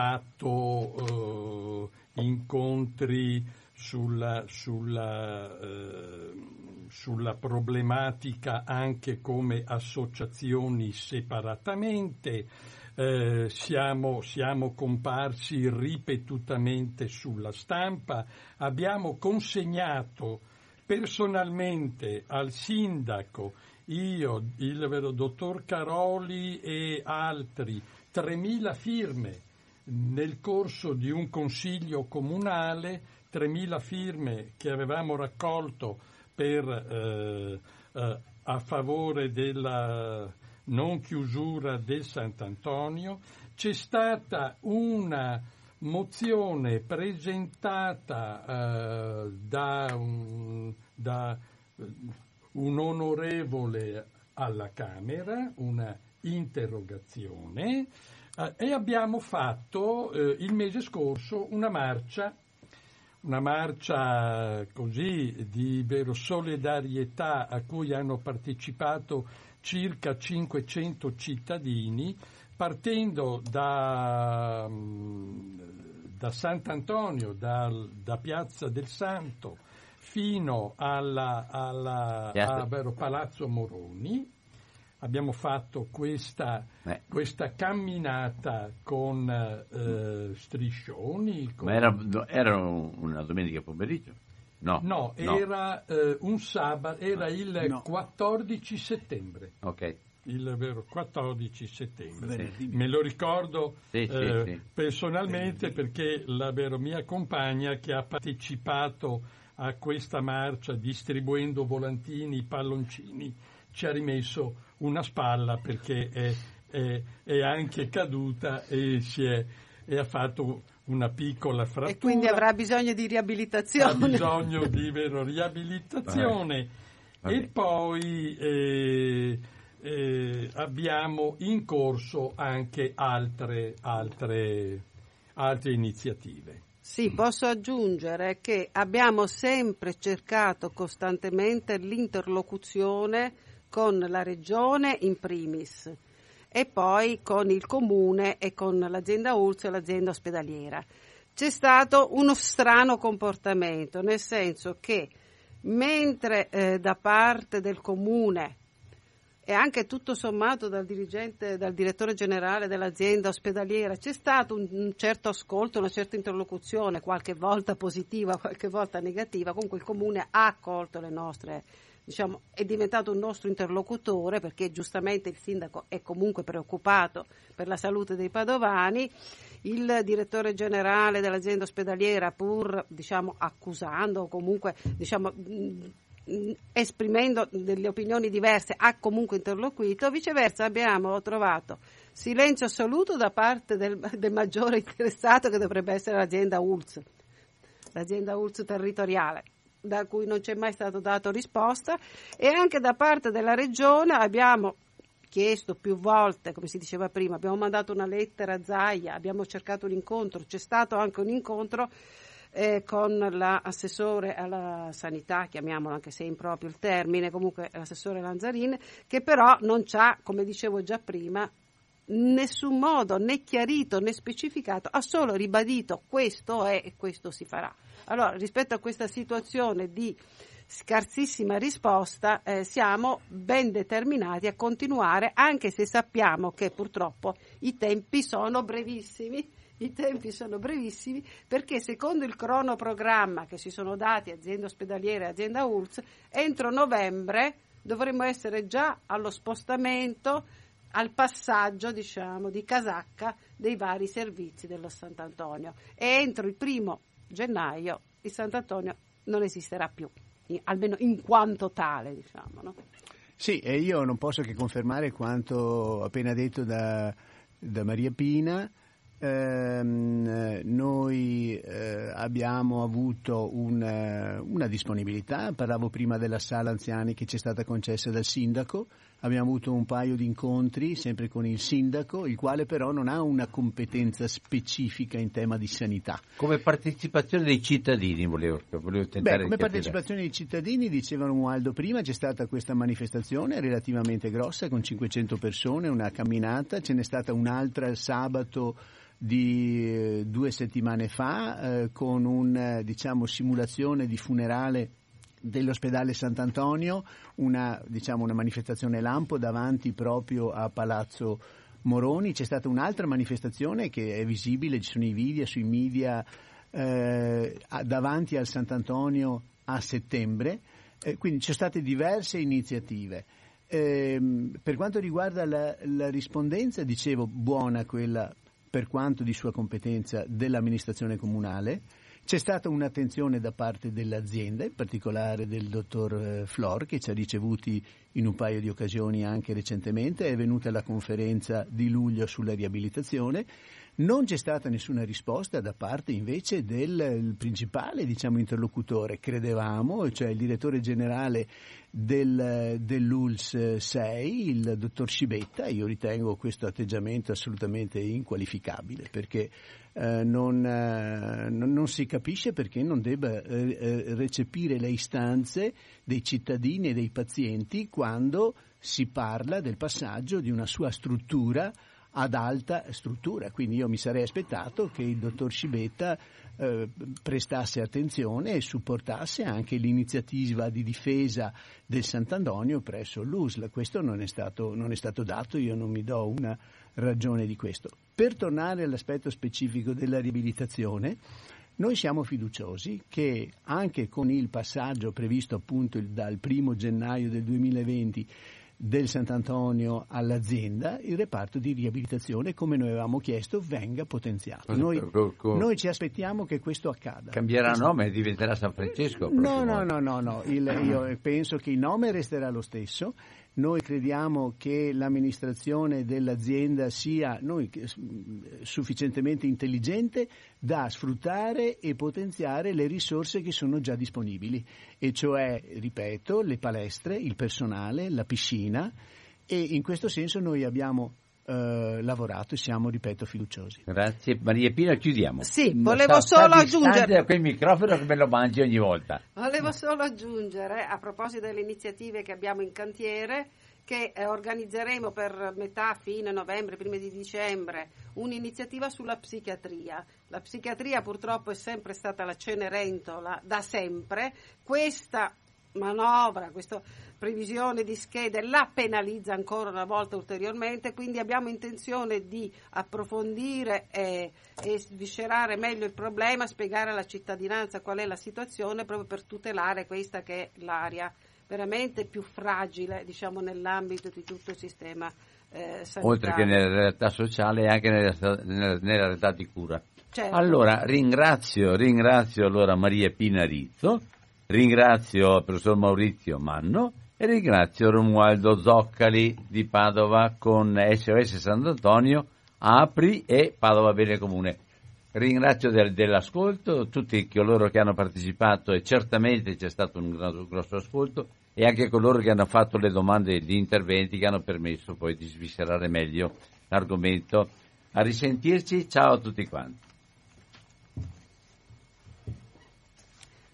fatto eh, incontri sulla, sulla, eh, sulla problematica anche come associazioni separatamente. Eh, siamo, siamo comparsi ripetutamente sulla stampa, abbiamo consegnato personalmente al sindaco, io, il vero dottor Caroli e altri, tremila firme nel corso di un consiglio comunale, tremila firme che avevamo raccolto per, eh, eh, a favore della non chiusura del Sant'Antonio. C'è stata una mozione presentata eh, da, un, da un onorevole alla Camera, una interrogazione, eh, e abbiamo fatto eh, il mese scorso una marcia, una marcia così di vero solidarietà a cui hanno partecipato circa cinquecento cittadini, partendo da, da Sant'Antonio, da, da Piazza del Santo, fino alla, alla a, vero, Palazzo Moroni. Abbiamo fatto questa, eh. questa camminata con eh, striscioni. Con... Ma era, era una domenica pomeriggio? No, no, no. era eh, un sabato, era il no. quattordici settembre. Ok. Il vero quattordici settembre. Sì. Me lo ricordo sì, eh, sì, sì. personalmente perché la vero mia compagna che ha partecipato a questa marcia distribuendo volantini, palloncini, ci ha rimesso una spalla perché è, è, è anche caduta e si è e ha fatto una piccola frattura. E quindi avrà bisogno di riabilitazione. Ha bisogno di vero riabilitazione. E poi eh, eh, abbiamo in corso anche altre, altre, altre iniziative. Sì, posso aggiungere che abbiamo sempre cercato costantemente l'interlocuzione con la Regione in primis e poi con il Comune e con l'azienda U L S S e l'azienda ospedaliera. C'è stato uno strano comportamento, nel senso che mentre eh, da parte del Comune e anche tutto sommato dal dirigente, dal direttore generale dell'azienda ospedaliera c'è stato un, un certo ascolto, una certa interlocuzione, qualche volta positiva, qualche volta negativa, comunque il Comune ha accolto le nostre, diciamo, è diventato un nostro interlocutore perché giustamente il sindaco è comunque preoccupato per la salute dei padovani. Il direttore generale dell'azienda ospedaliera, pur diciamo accusando o comunque diciamo esprimendo delle opinioni diverse, ha comunque interloquito. Viceversa abbiamo trovato silenzio assoluto da parte del, del maggiore interessato, che dovrebbe essere l'azienda U L S S, l'azienda U L S S territoriale, da cui non c'è mai stato dato risposta, e anche da parte della Regione abbiamo chiesto più volte, come si diceva prima, abbiamo mandato una lettera a Zaia, abbiamo cercato un incontro, c'è stato anche un incontro Eh, con l'assessore alla sanità, chiamiamolo anche se è improprio il termine, comunque l'assessore Lanzarin, che però non ci ha, come dicevo già prima, nessun modo né chiarito né specificato, ha solo ribadito questo è e questo si farà. Allora, rispetto a questa situazione di scarsissima risposta, eh, siamo ben determinati a continuare, anche se sappiamo che purtroppo i tempi sono brevissimi. I tempi sono brevissimi perché secondo il cronoprogramma che si sono dati azienda ospedaliera e azienda U L S S, entro novembre dovremmo essere già allo spostamento, al passaggio diciamo di casacca dei vari servizi dello Sant'Antonio, e entro il primo gennaio il Sant'Antonio non esisterà più, in, almeno in quanto tale, diciamo, no? Sì, e io non posso che confermare quanto appena detto da, da Maria Pina. Eh, noi eh, abbiamo avuto un, una disponibilità, parlavo prima della sala anziani che ci è stata concessa dal sindaco, abbiamo avuto un paio di incontri sempre con il sindaco, il quale però non ha una competenza specifica in tema di sanità. Come partecipazione dei cittadini volevo, volevo tentare Beh, di come capire. partecipazione dei cittadini, dicevano Aldo prima, c'è stata questa manifestazione relativamente grossa con cinquecento persone, una camminata, ce n'è stata un'altra il sabato di eh, due settimane fa eh, con un eh, diciamo simulazione di funerale dell'ospedale Sant'Antonio, una diciamo una manifestazione lampo davanti proprio a Palazzo Moroni. C'è stata un'altra manifestazione che è visibile, ci sono i video sui media eh, davanti al Sant'Antonio a settembre, eh, quindi ci sono state diverse iniziative. Eh, per quanto riguarda la, la rispondenza, dicevo buona quella per quanto di sua competenza dell'amministrazione comunale. C'è stata un'attenzione da parte dell'azienda, in particolare del dottor Flor, che ci ha ricevuti in un paio di occasioni anche recentemente, è venuta alla conferenza di luglio sulla riabilitazione. Non c'è stata nessuna risposta da parte invece del principale diciamo, interlocutore, credevamo, cioè il direttore generale del, dell'U L S S sei, il dottor Scibetta. Io ritengo questo atteggiamento assolutamente inqualificabile, perché eh, non, eh, non, non si capisce perché non debba eh, recepire le istanze dei cittadini e dei pazienti quando si parla del passaggio di una sua struttura ad alta struttura. Quindi io mi sarei aspettato che il dottor Scibetta eh, prestasse attenzione e supportasse anche l'iniziativa di difesa del Sant'Antonio presso l'U S L. Questo non è stato, non è stato dato, io non mi do una ragione di questo. Per tornare all'aspetto specifico della riabilitazione, noi siamo fiduciosi che anche con il passaggio previsto appunto dal primo gennaio del duemilaventi del Sant'Antonio all'azienda, il reparto di riabilitazione, come noi avevamo chiesto, venga potenziato. Noi, noi ci aspettiamo che questo accada. Cambierà nome e diventerà San Francesco? No, no, no, no, no. Il, io penso che il nome resterà lo stesso. Noi crediamo che l'amministrazione dell'azienda sia noi, sufficientemente intelligente da sfruttare e potenziare le risorse che sono già disponibili, e cioè, ripeto, le palestre, il personale, la piscina, e in questo senso noi abbiamo eh, lavorato e siamo, ripeto, fiduciosi. Grazie. Maria Pina, chiudiamo. Sì, volevo sta, solo sta aggiungere da quel microfono che me lo mangi ogni volta. Volevo solo aggiungere, a proposito delle iniziative che abbiamo in cantiere, che eh, organizzeremo per metà, fine novembre, primi di dicembre, un'iniziativa sulla psichiatria. La psichiatria purtroppo è sempre stata la Cenerentola da sempre. Questa manovra, questa previsione di schede la penalizza ancora una volta ulteriormente, quindi abbiamo intenzione di approfondire e, e sviscerare meglio il problema, spiegare alla cittadinanza qual è la situazione proprio per tutelare questa che è l'area veramente più fragile, diciamo, nell'ambito di tutto il sistema eh, sanitario. Oltre che nella realtà sociale e anche nella, nella, nella realtà di cura. Certo. Allora, ringrazio, ringrazio allora Maria Pina Rizzo, ringrazio il professor Maurizio Manno e ringrazio Romualdo Zoccali di Padova con S O S Sant'Antonio, Apri e Padova Bene Comune. Ringrazio del, dell'ascolto tutti coloro che hanno partecipato e certamente c'è stato un grosso, grosso ascolto e anche coloro che hanno fatto le domande e gli interventi che hanno permesso poi di sviscerare meglio l'argomento. A risentirci, ciao a tutti quanti.